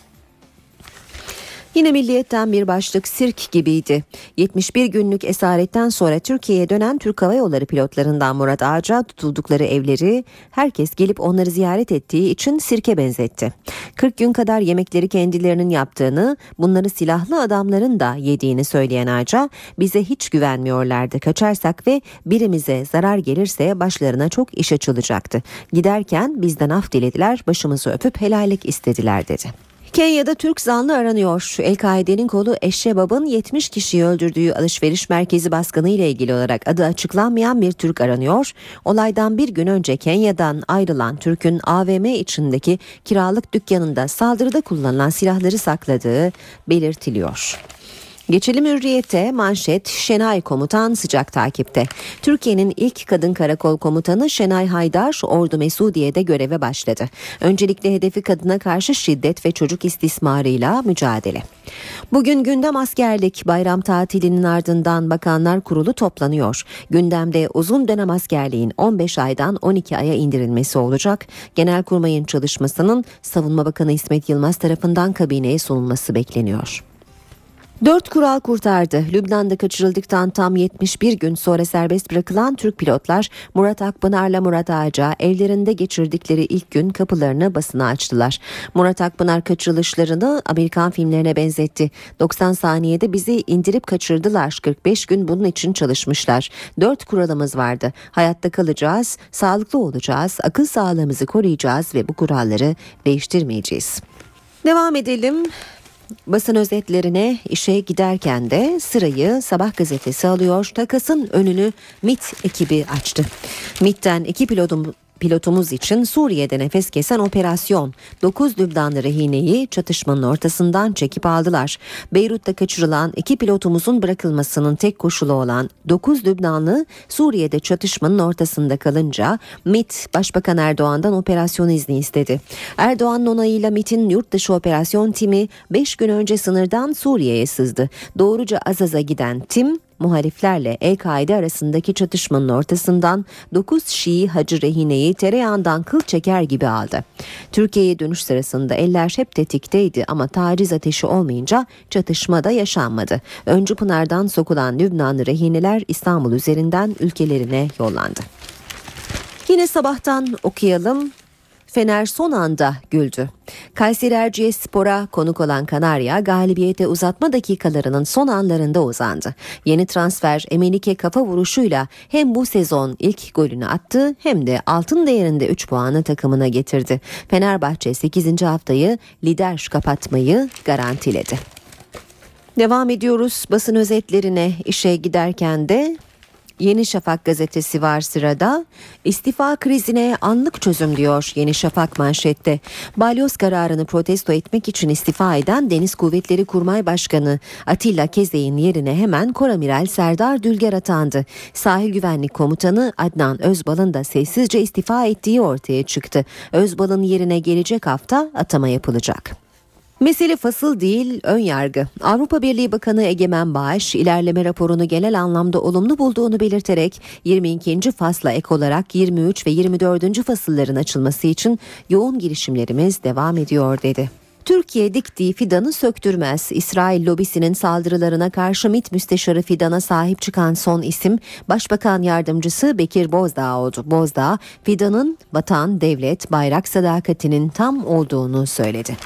Yine Milliyet'ten bir başlık sirk gibiydi. yetmiş bir günlük esaretten sonra Türkiye'ye dönen Türk Hava Yolları pilotlarından Murat Ağaca tutuldukları evleri herkes gelip onları ziyaret ettiği için sirke benzetti. kırk gün kadar yemekleri kendilerinin yaptığını, bunları silahlı adamların da yediğini söyleyen Ağaca, bize hiç güvenmiyorlardı. Kaçarsak ve birimize zarar gelirse başlarına çok iş açılacaktı. Giderken bizden af dilediler, başımızı öpüp helallik istediler dedi. Kenya'da Türk zanlı aranıyor. El-Kaide'nin kolu Eşşebab'ın yetmiş kişiyi öldürdüğü alışveriş merkezi baskını ile ilgili olarak adı açıklanmayan bir Türk aranıyor. Olaydan bir gün önce Kenya'dan ayrılan Türk'ün A V M içindeki kiralık dükkanında saldırıda kullanılan silahları sakladığı belirtiliyor. Geçelim Hürriyet'e. Manşet Şenay Komutan sıcak takipte. Türkiye'nin ilk kadın karakol komutanı Şenay Haydar Ordu Mesudiye'de göreve başladı. Öncelikle hedefi kadına karşı şiddet ve çocuk istismarıyla mücadele. Bugün gündem askerlik. Bayram tatilinin ardından Bakanlar Kurulu toplanıyor. Gündemde uzun dönem askerliğin on beş aydan on iki aya indirilmesi olacak. Genelkurmay'ın çalışmasının Savunma Bakanı İsmet Yılmaz tarafından kabineye sunulması bekleniyor. Dört kural kurtardı. Lübnan'da kaçırıldıktan tam yetmiş bir gün sonra serbest bırakılan Türk pilotlar Murat Akpınar'la Murat Ağaca evlerinde geçirdikleri ilk gün kapılarını basına açtılar. Murat Akpınar kaçırılışlarını Amerikan filmlerine benzetti. doksan saniyede bizi indirip kaçırdılar. kırk beş gün bunun için çalışmışlar. Dört kuralımız vardı. Hayatta kalacağız, sağlıklı olacağız, akıl sağlığımızı koruyacağız ve bu kuralları değiştirmeyeceğiz. Devam edelim. Basın özetlerine. İşe giderken de sırayı Sabah gazetesi alıyor. Takasın önünü MİT ekibi açtı. MİT'ten iki pilotum Pilotumuz için Suriye'de nefes kesen operasyon. dokuz Lübnanlı rehineyi çatışmanın ortasından çekip aldılar. Beyrut'ta kaçırılan iki pilotumuzun bırakılmasının tek koşulu olan dokuz Lübnanlı Suriye'de çatışmanın ortasında kalınca MİT Başbakan Erdoğan'dan operasyon izni istedi. Erdoğan'ın onayıyla MİT'in yurt dışı operasyon timi beş gün önce sınırdan Suriye'ye sızdı. Doğruca Azaz'a giden tim muhaliflerle El-Kaide arasındaki çatışmanın ortasından dokuz Şii hacı rehineyi tereyağından kıl çeker gibi aldı. Türkiye'ye dönüş sırasında eller hep tetikteydi ama taciz ateşi olmayınca çatışma da yaşanmadı. Öncü Pınar'dan sokulan Lübnanlı rehineler İstanbul üzerinden ülkelerine yollandı. Yine Sabah'tan okuyalım. Fener son anda güldü. Kayseri Erciyesspor'a konuk olan Kanarya galibiyete uzatma dakikalarının son anlarında uzandı. Yeni transfer Emenike kafa vuruşuyla hem bu sezon ilk golünü attı hem de altın değerinde üç puanı takımına getirdi. Fenerbahçe sekizinci haftayı lider kapatmayı garantiledi. Devam ediyoruz basın özetlerine. İşe giderken de Yeni Şafak gazetesi var sırada. İstifa krizine anlık çözüm diyor Yeni Şafak manşette. Balyoz kararını protesto etmek için istifa eden Deniz Kuvvetleri Kurmay Başkanı Atilla Kezey'in yerine hemen Koramiral Serdar Dülger atandı. Sahil Güvenlik Komutanı Adnan Özbal'ın da sessizce istifa ettiği ortaya çıktı. Özbal'ın yerine gelecek hafta atama yapılacak. Mesele fasıl değil, ön yargı. Avrupa Birliği Bakanı Egemen Bağış, ilerleme raporunu genel anlamda olumlu bulduğunu belirterek yirmi ikinci fasla ek olarak yirmi üç ve yirmi dördüncü fasılların açılması için yoğun girişimlerimiz devam ediyor dedi. Türkiye diktiği fidanı söktürmez. İsrail lobisinin saldırılarına karşı MİT Müsteşarı Fidan'a sahip çıkan son isim Başbakan Yardımcısı Bekir Bozdağ oldu. Bozdağ, fidanın vatan, devlet, bayrak sadakatinin tam olduğunu söyledi.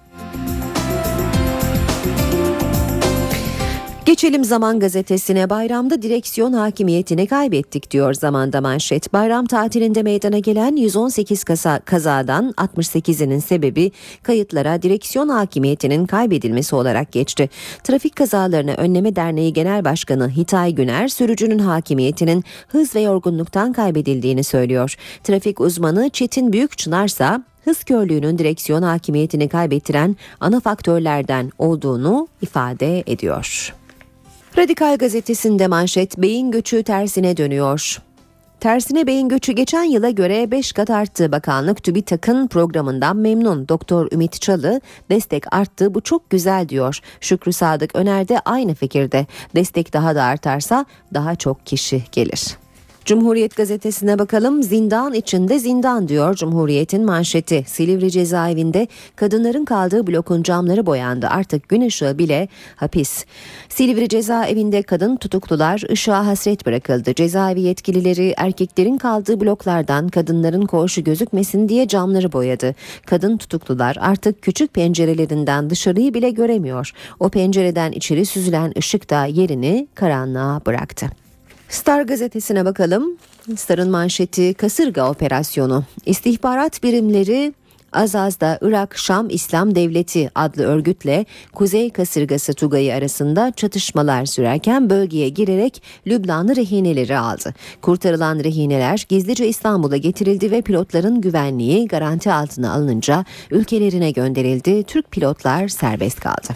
Geçelim Zaman gazetesine. Bayramda direksiyon hakimiyetini kaybettik diyor Zaman'da manşet. Bayram tatilinde meydana gelen yüz on sekiz kaza, kazadan altmış sekizinin sebebi kayıtlara direksiyon hakimiyetinin kaybedilmesi olarak geçti. Trafik Kazalarını Önleme Derneği Genel Başkanı Hitay Güner, sürücünün hakimiyetinin hız ve yorgunluktan kaybedildiğini söylüyor. Trafik uzmanı Çetin Büyükçınarsa hız körlüğünün direksiyon hakimiyetini kaybettiren ana faktörlerden olduğunu ifade ediyor. Radikal gazetesinde manşet beyin göçü tersine dönüyor. Tersine beyin göçü geçen yıla göre beş kat arttı. Bakanlık TÜBİTAK'ın programından memnun. Doktor Ümit Çalı destek arttı, bu çok güzel diyor. Şükrü Sadık Öner de aynı fikirde. Destek daha da artarsa daha çok kişi gelir. Cumhuriyet gazetesine bakalım. Zindan içinde zindan diyor Cumhuriyet'in manşeti. Silivri cezaevinde kadınların kaldığı blokun camları boyandı. Artık gün ışığı bile hapis. Silivri cezaevinde kadın tutuklular ışığa hasret bırakıldı. Cezaevi yetkilileri erkeklerin kaldığı bloklardan kadınların koğuşu gözükmesin diye camları boyadı. Kadın tutuklular artık küçük pencerelerinden dışarıyı bile göremiyor. O pencereden içeri süzülen ışık da yerini karanlığa bıraktı. Star gazetesine bakalım. Star'ın manşeti kasırga operasyonu. İstihbarat birimleri Azaz'da Irak Şam İslam Devleti adlı örgütle Kuzey Kasırgası Tugayı arasında çatışmalar sürerken bölgeye girerek Lübnanlı rehineleri aldı. Kurtarılan rehineler gizlice İstanbul'a getirildi ve pilotların güvenliği garanti altına alınınca ülkelerine gönderildi. Türk pilotlar serbest kaldı.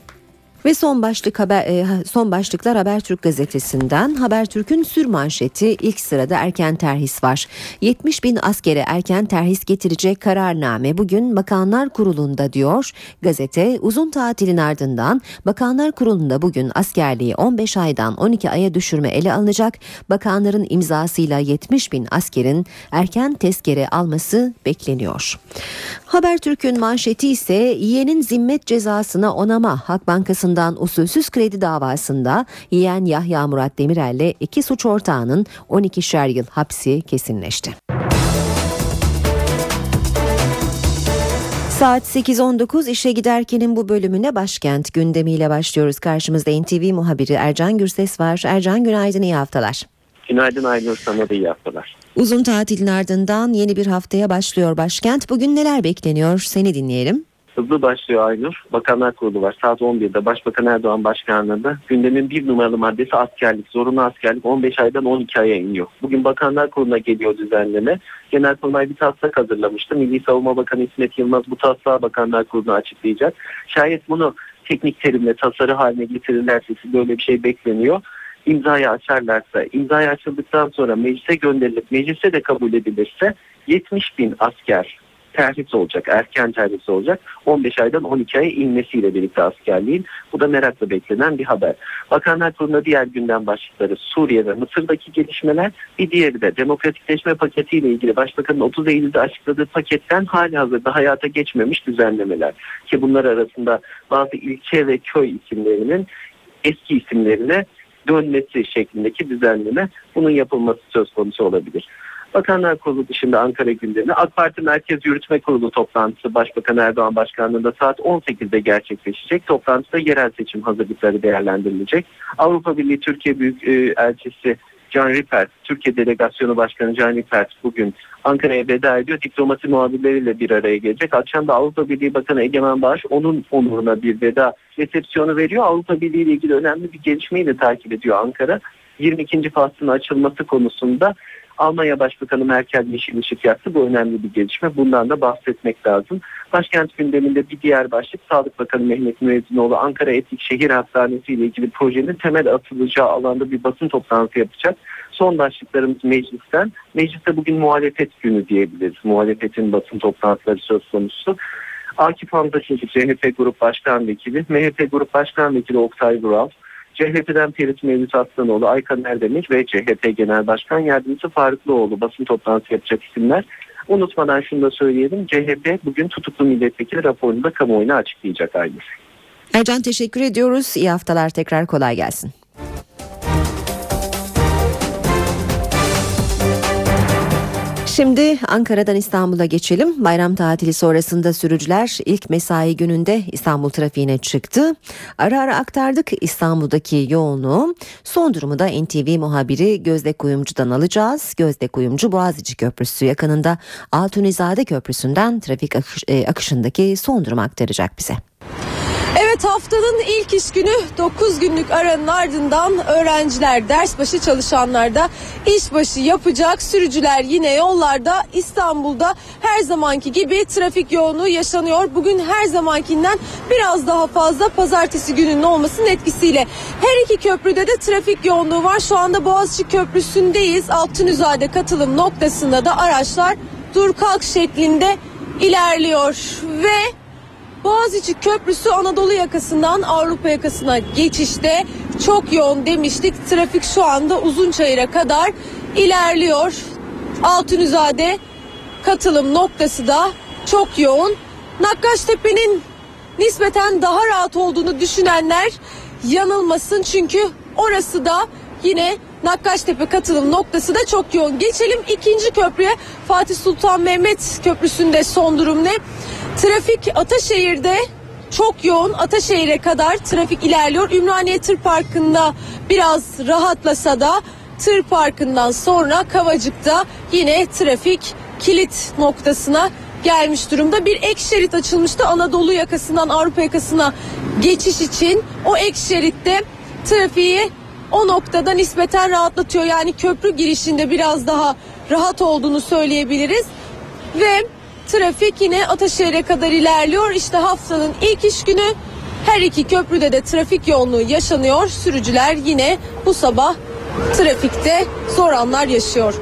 Ve son başlık haber, son başlıklar Habertürk gazetesinden. Habertürk'ün sürmanşeti ilk sırada erken terhis var. yetmiş bin askere erken terhis getirecek kararname bugün Bakanlar Kurulu'nda diyor gazete. Uzun tatilin ardından Bakanlar Kurulu'nda bugün askerliği on beş aydan on iki aya düşürme ele alınacak. Bakanların imzasıyla yetmiş bin askerin erken tezkere alması bekleniyor. Habertürk'ün manşeti ise yeğenin zimmet cezasına onama. Halk Bankası'ndan usulsüz kredi davasında yeğen Yahya Murat Demirel'le iki suç ortağının on ikişer yıl hapsi kesinleşti. Saat sekiz on dokuz işe giderkenin bu bölümüne başkent gündemiyle başlıyoruz. Karşımızda N T V muhabiri Ercan Gürses var. Ercan günaydın, iyi haftalar. Günaydın Aynur, sana da iyi haftalar. Uzun tatilin ardından yeni bir haftaya başlıyor başkent. Bugün neler bekleniyor? Seni dinleyelim. Hızlı başlıyor Aynur. Bakanlar Kurulu var. Saat on birde Başbakan Erdoğan başkanlığında gündemin bir numaralı maddesi askerlik. Zorunlu askerlik on beş aydan on iki aya iniyor. Bugün Bakanlar Kurulu'na geliyor düzenleme. Genelkurmay bir taslak hazırlamıştı. Milli Savunma Bakanı İsmet Yılmaz bu taslağı Bakanlar Kurulu'na açıklayacak. Şayet bunu teknik terimle tasarı haline getirirlerse, böyle bir şey bekleniyor. İmzayı açarlarsa, imzayı açıldıktan sonra meclise gönderilip meclise de kabul edilirse yetmiş bin asker terhis olacak, erken terhis olacak. on beş aydan on iki aya inmesiyle birlikte askerliğin. Bu da merakla beklenen bir haber. Bakanlar Kurulu'nda diğer gündem başlıkları Suriye ve Mısır'daki gelişmeler, bir diğeri de demokratikleşme paketiyle ilgili Başbakanın otuz Eylül'de açıkladığı paketten halihazırda hayata geçmemiş düzenlemeler. Ki bunlar arasında bazı ilçe ve köy isimlerinin eski isimlerine dönmesi şeklindeki düzenleme, bunun yapılması söz konusu olabilir. Bakanlar Kurulu dışında Ankara gündemi, AK Parti Merkez Yürütme Kurulu toplantısı Başbakan Erdoğan başkanlığında saat on sekizde gerçekleşecek. Toplantıda yerel seçim hazırlıkları değerlendirilecek. Avrupa Birliği Türkiye Büyükelçisi Can Ripert, Türkiye Delegasyonu Başkanı Can Ripert bugün Ankara'ya veda ediyor. Diplomasi muhabirleriyle bir araya gelecek. Akşam da Avrupa Birliği Bakanı Egemen Bağış onun onuruna bir veda resepsiyonu veriyor. Avrupa Birliği ile ilgili önemli bir gelişmeyi de takip ediyor Ankara. yirmi ikinci faslın açılması konusunda Almanya Başbakanı Merkel yeşil ışık yaktı. Bu önemli bir gelişme. Bundan da bahsetmek lazım. Başkent gündeminde bir diğer başlık, Sağlık Bakanı Mehmet Müezzinoğlu Ankara Etik Şehir Hastanesi ile ilgili projenin temel atılacağı alanda bir basın toplantısı yapacak. Son başlıklarımız meclisten. Mecliste bugün muhalefet günü diyebiliriz. Muhalefetin basın toplantıları söz konusu. Akif Hamza Çelik, C H P Grup Başkan Vekili, M H P Grup Başkan Vekili Oktay Vural, C H P'den Ferit Mevlüt Aslanoğlu, Aykan Erdemir ve C H P Genel Başkan Yardımcısı Farukluoğlu basın toplantısı yapacak isimler. Unutmadan şunu da söyleyelim. C H P bugün tutuklu milletvekili raporunu da kamuoyuna açıklayacak Aynur. Ercan teşekkür ediyoruz. İyi haftalar, tekrar kolay gelsin. Şimdi Ankara'dan İstanbul'a geçelim. Bayram tatili sonrasında sürücüler ilk mesai gününde İstanbul trafiğine çıktı. Ara ara aktardık İstanbul'daki yoğunluğu. Son durumu da N T V muhabiri Gözde Kuyumcu'dan alacağız. Gözde Kuyumcu Boğaziçi Köprüsü yakınında Altunizade Köprüsü'nden trafik akış, e, akışındaki son durumu aktaracak bize. Evet, haftanın ilk iş günü, dokuz günlük aranın ardından öğrenciler ders başı, çalışanlar da iş başı yapacak. Sürücüler yine yollarda. İstanbul'da her zamanki gibi trafik yoğunluğu yaşanıyor. Bugün her zamankinden biraz daha fazla, pazartesi gününün olmasının etkisiyle. Her iki köprüde de trafik yoğunluğu var. Şu anda Boğaziçi Köprüsü'ndeyiz. Altunizade katılım noktasında da araçlar dur kalk şeklinde ilerliyor ve Boğaziçi Köprüsü Anadolu yakasından Avrupa yakasına geçişte çok yoğun demiştik. Trafik şu anda Uzunçayır'a kadar ilerliyor. Altunizade katılım noktası da çok yoğun. Nakkaştepe'nin nispeten daha rahat olduğunu düşünenler yanılmasın. Çünkü orası da yine Nakkaştepe katılım noktası da çok yoğun. Geçelim ikinci köprüye. Fatih Sultan Mehmet Köprüsü'nde son durum ne? Trafik Ataşehir'de çok yoğun. Ataşehir'e kadar trafik ilerliyor. Ümraniye Tır Parkı'nda biraz rahatlasa da Tır Parkı'ndan sonra Kavacık'ta yine trafik kilit noktasına gelmiş durumda. Bir ek şerit açılmıştı Anadolu yakasından Avrupa yakasına geçiş için. O ek şeritte trafiği o noktada nispeten rahatlatıyor. Yani köprü girişinde biraz daha rahat olduğunu söyleyebiliriz. Ve trafik yine Ataşehir'e kadar ilerliyor. İşte haftanın ilk iş günü, her iki köprüde de trafik yoğunluğu yaşanıyor. Sürücüler yine bu sabah trafikte zor anlar yaşıyor.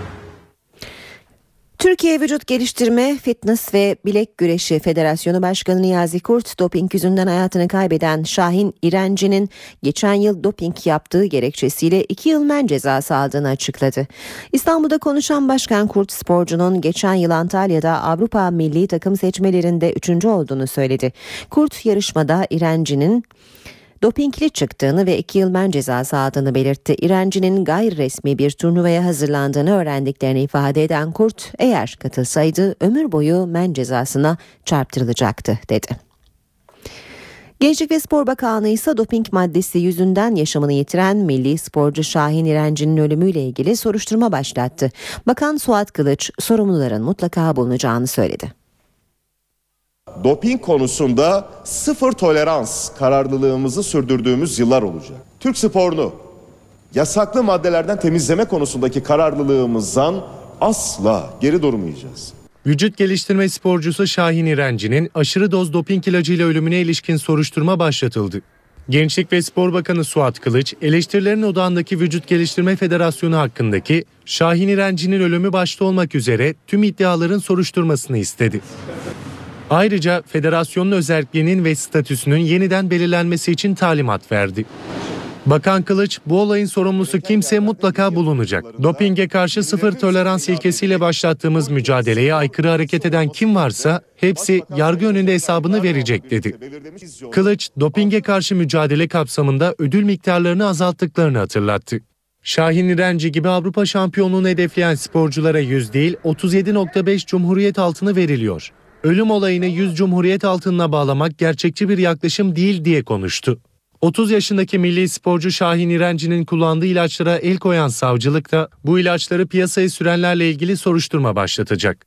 Türkiye Vücut Geliştirme, Fitness ve Bilek Güreşi Federasyonu Başkanı Niyazi Kurt, doping yüzünden hayatını kaybeden Şahin İrenci'nin geçen yıl doping yaptığı gerekçesiyle iki yıl men cezası aldığını açıkladı. İstanbul'da konuşan Başkan Kurt, sporcunun geçen yıl Antalya'da Avrupa milli takım seçmelerinde üçüncü olduğunu söyledi. Kurt, yarışmada İrenci'nin dopingli çıktığını ve iki yıl men cezası aldığını belirtti. İrenci'nin gayri resmi bir turnuvaya hazırlandığını öğrendiklerini ifade eden Kurt, eğer katılsaydı ömür boyu men cezasına çarptırılacaktı dedi. Gençlik ve Spor Bakanlığı ise doping maddesi yüzünden yaşamını yitiren milli sporcu Şahin İrenci'nin ölümüyle ilgili soruşturma başlattı. Bakan Suat Kılıç, sorumluların mutlaka bulunacağını söyledi. Doping konusunda sıfır tolerans kararlılığımızı sürdürdüğümüz yıllar olacak. Türk sporunu yasaklı maddelerden temizleme konusundaki kararlılığımızdan asla geri durmayacağız. Vücut geliştirme sporcusu Şahin İrenci'nin aşırı doz doping ilacıyla ölümüne ilişkin soruşturma başlatıldı. Gençlik ve Spor Bakanı Suat Kılıç, eleştirilerin odağındaki Vücut Geliştirme Federasyonu hakkındaki Şahin İrenci'nin ölümü başta olmak üzere tüm iddiaların soruşturmasını istedi. Ayrıca federasyonun özelliğinin ve statüsünün yeniden belirlenmesi için talimat verdi. Bakan Kılıç, bu olayın sorumlusu kimse mutlaka bulunacak. Dopinge karşı sıfır tolerans ilkesiyle başlattığımız mücadeleye aykırı hareket eden kim varsa hepsi yargı önünde hesabını verecek dedi. Kılıç, dopinge karşı mücadele kapsamında ödül miktarlarını azalttıklarını hatırlattı. Şahin İrenci gibi Avrupa şampiyonluğunu hedefleyen sporculara yüz değil otuz yedi nokta beş Cumhuriyet altını veriliyor. Ölüm olayını yüz Cumhuriyet altınına bağlamak gerçekçi bir yaklaşım değil diye konuştu. otuz yaşındaki milli sporcu Şahin İrenci'nin kullandığı ilaçlara el koyan savcılık da bu ilaçları piyasaya sürenlerle ilgili soruşturma başlatacak.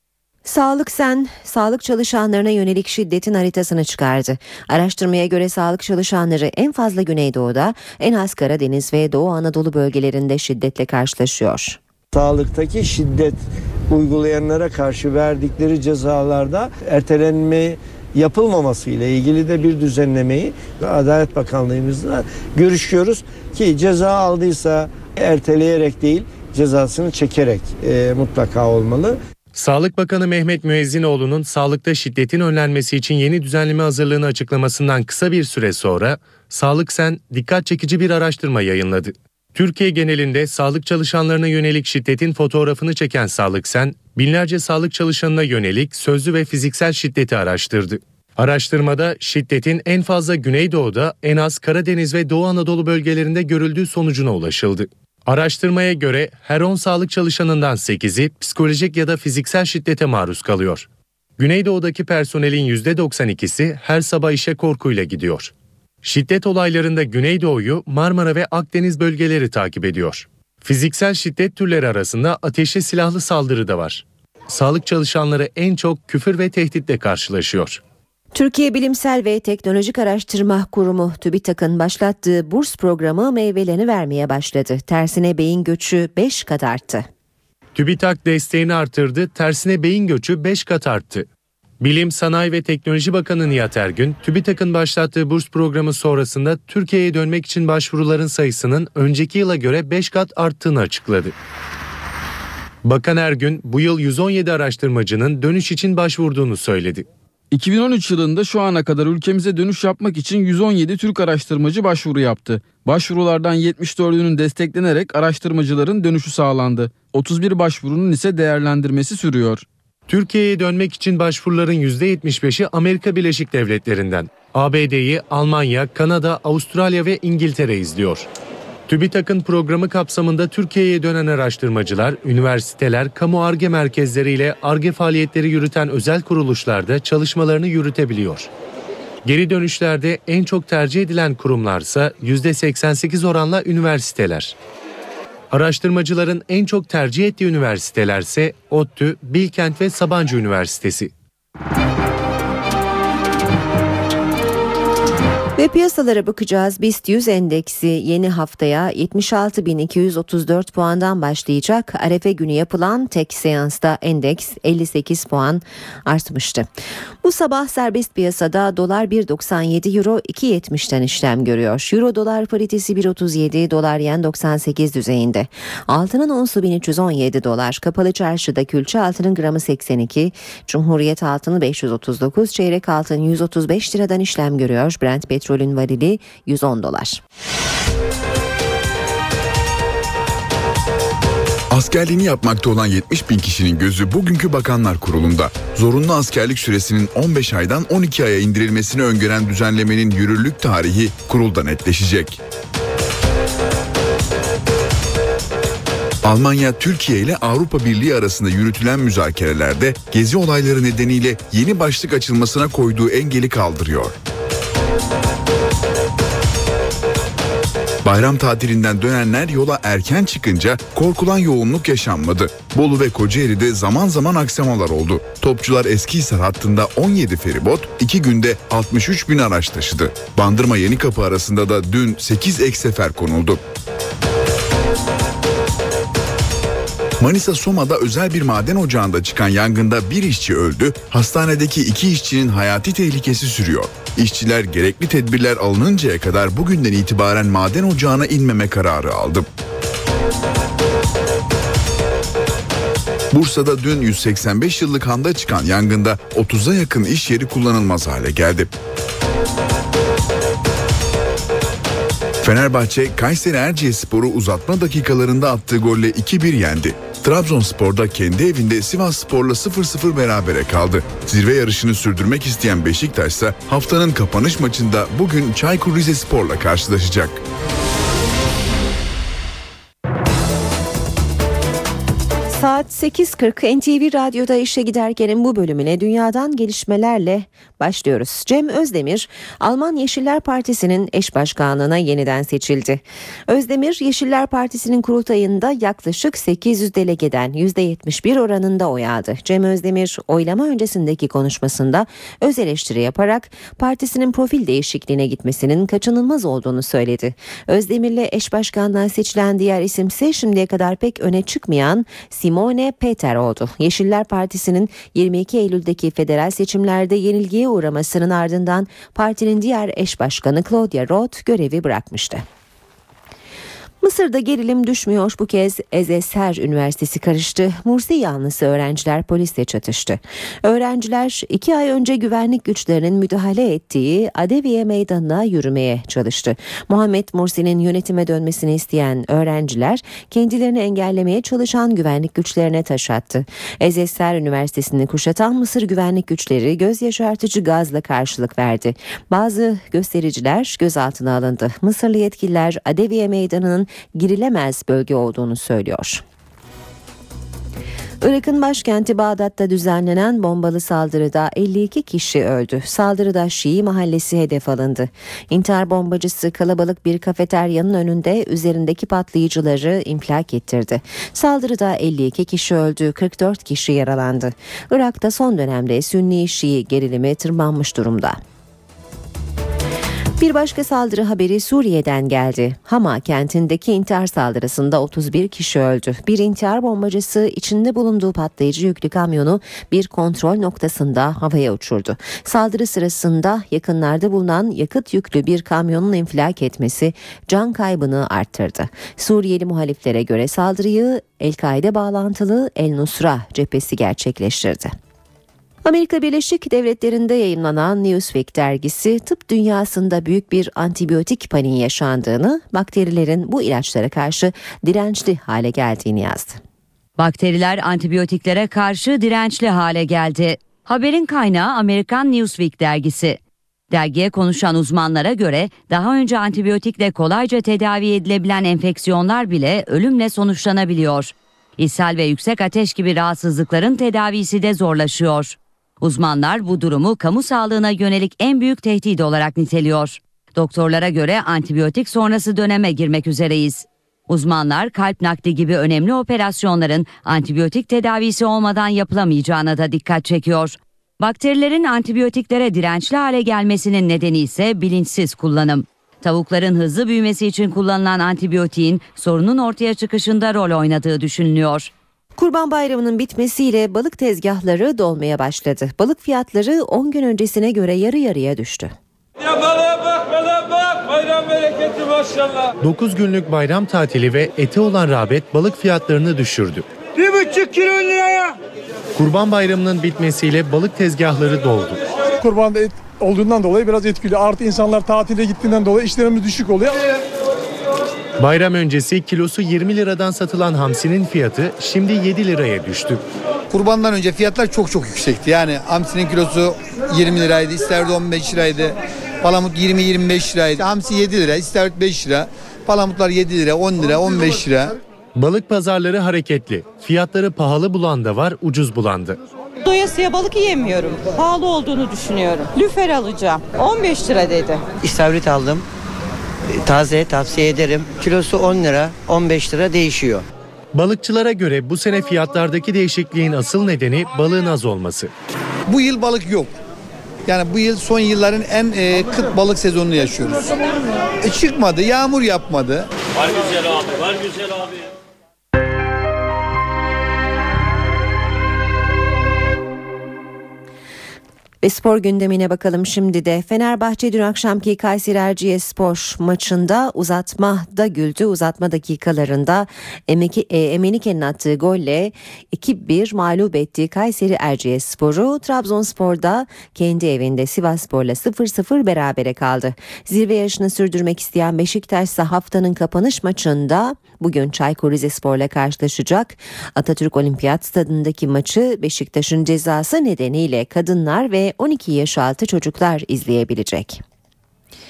Sağlık Sen, sağlık çalışanlarına yönelik şiddetin haritasını çıkardı. Araştırmaya göre sağlık çalışanları en fazla Güneydoğu'da, en az Karadeniz ve Doğu Anadolu bölgelerinde şiddetle karşılaşıyor. Sağlıktaki şiddet uygulayanlara karşı verdikleri cezalarda ertelenme yapılmaması ile ilgili de bir düzenlemeyi Adalet Bakanlığımızla görüşüyoruz ki ceza aldıysa erteleyerek değil cezasını çekerek e, mutlaka olmalı. Sağlık Bakanı Mehmet Müezzinoğlu'nun sağlıkta şiddetin önlenmesi için yeni düzenleme hazırlığını açıklamasından kısa bir süre sonra Sağlık Sen dikkat çekici bir araştırma yayınladı. Türkiye genelinde sağlık çalışanlarına yönelik şiddetin fotoğrafını çeken Sağlık Sen, binlerce sağlık çalışanına yönelik sözlü ve fiziksel şiddeti araştırdı. Araştırmada şiddetin en fazla Güneydoğu'da, en az Karadeniz ve Doğu Anadolu bölgelerinde görüldüğü sonucuna ulaşıldı. Araştırmaya göre her on sağlık çalışanından sekizi psikolojik ya da fiziksel şiddete maruz kalıyor. Güneydoğu'daki personelin yüzde doksan ikisi her sabah işe korkuyla gidiyor. Şiddet olaylarında Güneydoğu'yu Marmara ve Akdeniz bölgeleri takip ediyor. Fiziksel şiddet türleri arasında ateşli silahlı saldırı da var. Sağlık çalışanları en çok küfür ve tehditle karşılaşıyor. Türkiye Bilimsel ve Teknolojik Araştırma Kurumu TÜBİTAK'ın başlattığı burs programı meyvelerini vermeye başladı. Tersine beyin göçü beş kat arttı. TÜBİTAK desteğini artırdı, tersine beyin göçü beş kat arttı. Bilim, Sanayi ve Teknoloji Bakanı Nihat Ergün, TÜBİTAK'ın başlattığı burs programı sonrasında Türkiye'ye dönmek için başvuruların sayısının önceki yıla göre beş kat arttığını açıkladı. Bakan Ergün, bu yıl yüz on yedi araştırmacının dönüş için başvurduğunu söyledi. iki bin on üç yılında şu ana kadar ülkemize dönüş yapmak için yüz on yedi Türk araştırmacı başvuru yaptı. Başvurulardan yetmiş dördünün desteklenerek araştırmacıların dönüşü sağlandı. otuz bir başvurunun ise değerlendirmesi sürüyor. Türkiye'ye dönmek için başvuruların yüzde yetmiş beşi Amerika Birleşik Devletleri'nden. A B D'yi Almanya, Kanada, Avustralya ve İngiltere izliyor. TÜBİTAK'ın programı kapsamında Türkiye'ye dönen araştırmacılar, üniversiteler, kamu Ar-Ge merkezleriyle Ar-Ge faaliyetleri yürüten özel kuruluşlarda çalışmalarını yürütebiliyor. Geri dönüşlerde en çok tercih edilen kurumlarsa yüzde seksen sekiz oranla üniversiteler. Araştırmacıların en çok tercih ettiği üniversitelerse ODTÜ, Bilkent ve Sabancı Üniversitesi. Ve piyasalara bakacağız. BIST yüz endeksi yeni haftaya yetmiş altı bin iki yüz otuz dört puandan başlayacak. Arefe günü yapılan tek seansta endeks elli sekiz puan artmıştı. Bu sabah serbest piyasada dolar bir doksan yedi, euro iki yetmişten işlem görüyor. Euro dolar paritesi bir otuz yedi, dolar yen doksan sekiz düzeyinde. Altının onsu bin üç yüz on yedi dolar. Kapalı çarşıda külçe altının gramı seksen iki, Cumhuriyet altını beş yüz otuz dokuz, çeyrek altın yüz otuz beş liradan işlem görüyor. Brent petrolün varili yüz on dolar. Askerliğini yapmakta olan yetmiş bin kişinin gözü bugünkü Bakanlar Kurulu'nda. Zorunlu askerlik süresinin on beş aydan on iki aya indirilmesini öngören düzenlemenin yürürlük tarihi kurulda netleşecek. Almanya, Türkiye ile Avrupa Birliği arasında yürütülen müzakerelerde gezi olayları nedeniyle yeni başlık açılmasına koyduğu engeli kaldırıyor. Bayram tatilinden dönenler yola erken çıkınca korkulan yoğunluk yaşanmadı. Bolu ve Kocaeli'de zaman zaman aksamalar oldu. Topçular Eskihisar hattında on yedi feribot, iki günde altmış üç bin araç taşıdı. Bandırma Yenikapı arasında da dün sekiz ek sefer konuldu. Manisa Soma'da özel bir maden ocağında çıkan yangında bir işçi öldü, hastanedeki iki işçinin hayati tehlikesi sürüyor. İşçiler gerekli tedbirler alınıncaya kadar bugünden itibaren maden ocağına inmeme kararı aldı. Bursa'da dün yüz seksen beş yıllık handa çıkan yangında otuza yakın iş yeri kullanılmaz hale geldi. Fenerbahçe, Kayseri Erciyesspor'u uzatma dakikalarında attığı golle iki bir yendi. Trabzonspor'da kendi evinde Sivasspor'la sıfır sıfır berabere kaldı. Zirve yarışını sürdürmek isteyen Beşiktaş ise haftanın kapanış maçında bugün Çaykur Rizespor'la karşılaşacak. Saat Saat sekiz kırk N T V Radyo'da işe giderkenin bu bölümüne dünyadan gelişmelerle başlıyoruz. Cem Özdemir, Alman Yeşiller Partisi'nin eş başkanlığına yeniden seçildi. Özdemir, Yeşiller Partisi'nin kurultayında yaklaşık sekiz yüz delegeden yüzde yetmiş bir oranında oy aldı. Cem Özdemir, oylama öncesindeki konuşmasında öz eleştiri yaparak partisinin profil değişikliğine gitmesinin kaçınılmaz olduğunu söyledi. Özdemir'le eş başkanlığa seçilen diğer isimse şimdiye kadar pek öne çıkmayan Simone Peter oldu. Yeşiller Partisi'nin yirmi iki Eylül'deki federal seçimlerde yenilgiye uğramasının ardından partinin diğer eş başkanı Claudia Roth görevi bırakmıştı. Mısır'da gerilim düşmüyor, bu kez Ezesher Üniversitesi karıştı. Mursi yanlısı öğrenciler polisle çatıştı. Öğrenciler iki ay önce güvenlik güçlerinin müdahale ettiği Adeviye Meydanı'na yürümeye çalıştı. Muhammed Mursi'nin yönetime dönmesini isteyen öğrenciler kendilerini engellemeye çalışan güvenlik güçlerine taş attı. Ezesher Üniversitesi'ni kuşatan Mısır güvenlik güçleri göz yaşartıcı gazla karşılık verdi. Bazı göstericiler gözaltına alındı. Mısırlı yetkililer Adeviye Meydanı'nın girilemez bölge olduğunu söylüyor. Irak'ın başkenti Bağdat'ta düzenlenen bombalı saldırıda elli iki kişi öldü. Saldırıda Şii mahallesi hedef alındı. İntihar bombacısı kalabalık bir kafeteryanın önünde üzerindeki patlayıcıları infilak ettirdi. Saldırıda elli iki kişi öldü, kırk dört kişi yaralandı. Irak'ta son dönemde Sünni Şii gerilimi tırmanmış durumda. Bir başka saldırı haberi Suriye'den geldi. Hama kentindeki intihar saldırısında otuz bir kişi öldü. Bir intihar bombacısı içinde bulunduğu patlayıcı yüklü kamyonu bir kontrol noktasında havaya uçurdu. Saldırı sırasında yakınlarda bulunan yakıt yüklü bir kamyonun infilak etmesi can kaybını arttırdı. Suriyeli muhaliflere göre saldırıyı El-Kaide bağlantılı El-Nusra cephesi gerçekleştirdi. Amerika Birleşik Devletleri'nde yayımlanan Newsweek dergisi tıp dünyasında büyük bir antibiyotik paniği yaşandığını, bakterilerin bu ilaçlara karşı dirençli hale geldiğini yazdı. Bakteriler antibiyotiklere karşı dirençli hale geldi. Haberin kaynağı Amerikan Newsweek dergisi. Dergiye konuşan uzmanlara göre daha önce antibiyotikle kolayca tedavi edilebilen enfeksiyonlar bile ölümle sonuçlanabiliyor. İshal ve yüksek ateş gibi rahatsızlıkların tedavisi de zorlaşıyor. Uzmanlar bu durumu kamu sağlığına yönelik en büyük tehdit olarak niteliyor. Doktorlara göre antibiyotik sonrası döneme girmek üzereyiz. Uzmanlar kalp nakli gibi önemli operasyonların antibiyotik tedavisi olmadan yapılamayacağına da dikkat çekiyor. Bakterilerin antibiyotiklere dirençli hale gelmesinin nedeni ise bilinçsiz kullanım. Tavukların hızlı büyümesi için kullanılan antibiyotiğin sorunun ortaya çıkışında rol oynadığı düşünülüyor. Kurban Bayramı'nın bitmesiyle balık tezgahları dolmaya başladı. Balık fiyatları on gün öncesine göre yarı yarıya düştü. Ya balığa bak, balığa bak. Bayram bereketi maşallah. dokuz günlük bayram tatili ve ete olan rağbet balık fiyatlarını düşürdü. Bir buçuk kilo liraya. Kurban Bayramı'nın bitmesiyle balık tezgahları doldu. Kurbanda et olduğundan dolayı biraz etkili. Artı insanlar tatile gittiğinden dolayı işlerimiz düşük oluyor. Bayram öncesi kilosu yirmi liradan satılan hamsinin fiyatı şimdi yedi liraya düştü. Kurbandan önce fiyatlar çok çok yüksekti. Yani hamsinin kilosu yirmi liraydı, istavrit on beş liraydı. Palamut yirmi yirmi beş liraydı. Hamsi yedi lira, istavrit beş lira. Palamutlar yedi lira, on lira, on beş lira. Balık pazarları hareketli. Fiyatları pahalı bulan da var, ucuz bulan da. Doyasıya balık yiyemiyorum. Pahalı olduğunu düşünüyorum. Lüfer alacağım. on beş lira dedi. İstavrit aldım. Taze, tavsiye ederim. Kilosu on lira, on beş lira değişiyor. Balıkçılara göre bu sene fiyatlardaki değişikliğin asıl nedeni balığın az olması. Bu yıl balık yok. Yani bu yıl son yılların en e, kıt balık sezonunu yaşıyoruz. E, çıkmadı, yağmur yapmadı. Var güzel abi, var güzel abi. Ve spor gündemine bakalım şimdi de. Fenerbahçe dün akşamki Kayseri Erciyesspor maçında uzatmada güldü. Uzatma dakikalarında Emenike'nin attığı golle iki bir mağlup ettiği Kayseri Erciyespor'u Trabzonspor'da kendi evinde Sivasspor'la sıfır sıfır berabere kaldı. Zirve yarışını sürdürmek isteyen Beşiktaş ise haftanın kapanış maçında bugün Çaykur Rizespor'la karşılaşacak. Atatürk Olimpiyat Stadındaki maçı Beşiktaş'ın cezası nedeniyle kadınlar ve on iki yaş altı çocuklar izleyebilecek.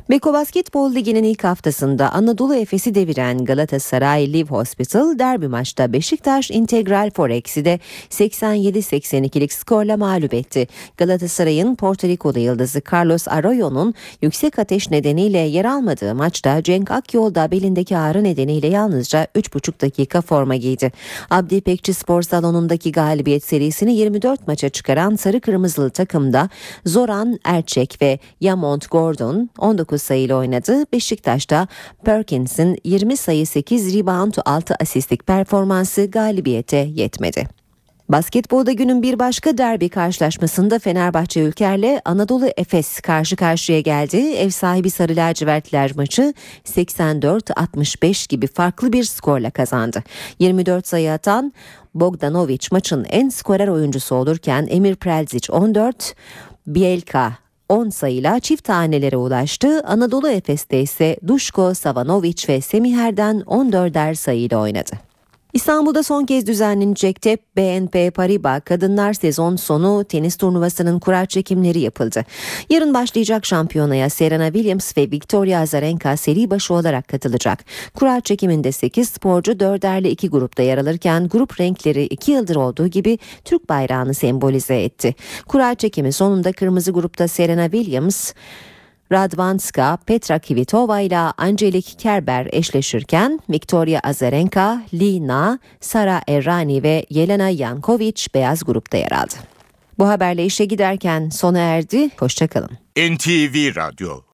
Beko Basketbol Ligi'nin ilk haftasında Anadolu Efes'i deviren Galatasaray Live Hospital derbi maçta Beşiktaş Integral Forex'i de seksen yedi seksen ikilik skorla mağlup etti. Galatasaray'ın Porto Rikolu yıldızı Carlos Arroyo'nun yüksek ateş nedeniyle yer almadığı maçta Cenk Akyol da belindeki ağrı nedeniyle yalnızca üç buçuk dakika forma giydi. Abdi İpekçi Spor Salonu'ndaki galibiyet serisini yirmi dört maça çıkaran sarı kırmızılı takımda Zoran Erçek ve Yamont Gordon on dokuz sayıyla oynadı. Beşiktaş'ta Perkins'in yirmi sayı sekiz rebound altı asistlik performansı galibiyete yetmedi. Basketbolda günün bir başka derbi karşılaşmasında Fenerbahçe Ülker'le Anadolu Efes karşı karşıya geldi. Ev sahibi Sarı Lacivertliler maçı seksen dört altmış beş gibi farklı bir skorla kazandı. yirmi dört sayı atan Bogdanovic maçın en skorer oyuncusu olurken Emir Prelzic on dört, Bielka on sayıyla çift tanelere ulaştı. Anadolu Efes'te ise Duško Savanović ve Semih Erden on dörder sayıyla oynadı. İstanbul'da son kez düzenlenecek B N P Paribas Kadınlar Sezon Sonu tenis turnuvasının kura çekimleri yapıldı. Yarın başlayacak şampiyonaya Serena Williams ve Victoria Azarenka seri başı olarak katılacak. Kura çekiminde sekiz sporcu dörderli iki grupta yer alırken grup renkleri iki yıldır olduğu gibi Türk bayrağını sembolize etti. Kura çekimi sonunda kırmızı grupta Serena Williams, Radwanska, Petra Kvitova ile Angelik Kerber eşleşirken Victoria Azarenka, Lina, Sara Errani ve Yelena Jankovic beyaz grupta yer aldı. Bu haberle işe giderken sona erdi. Hoşça kalın. N T V Radyo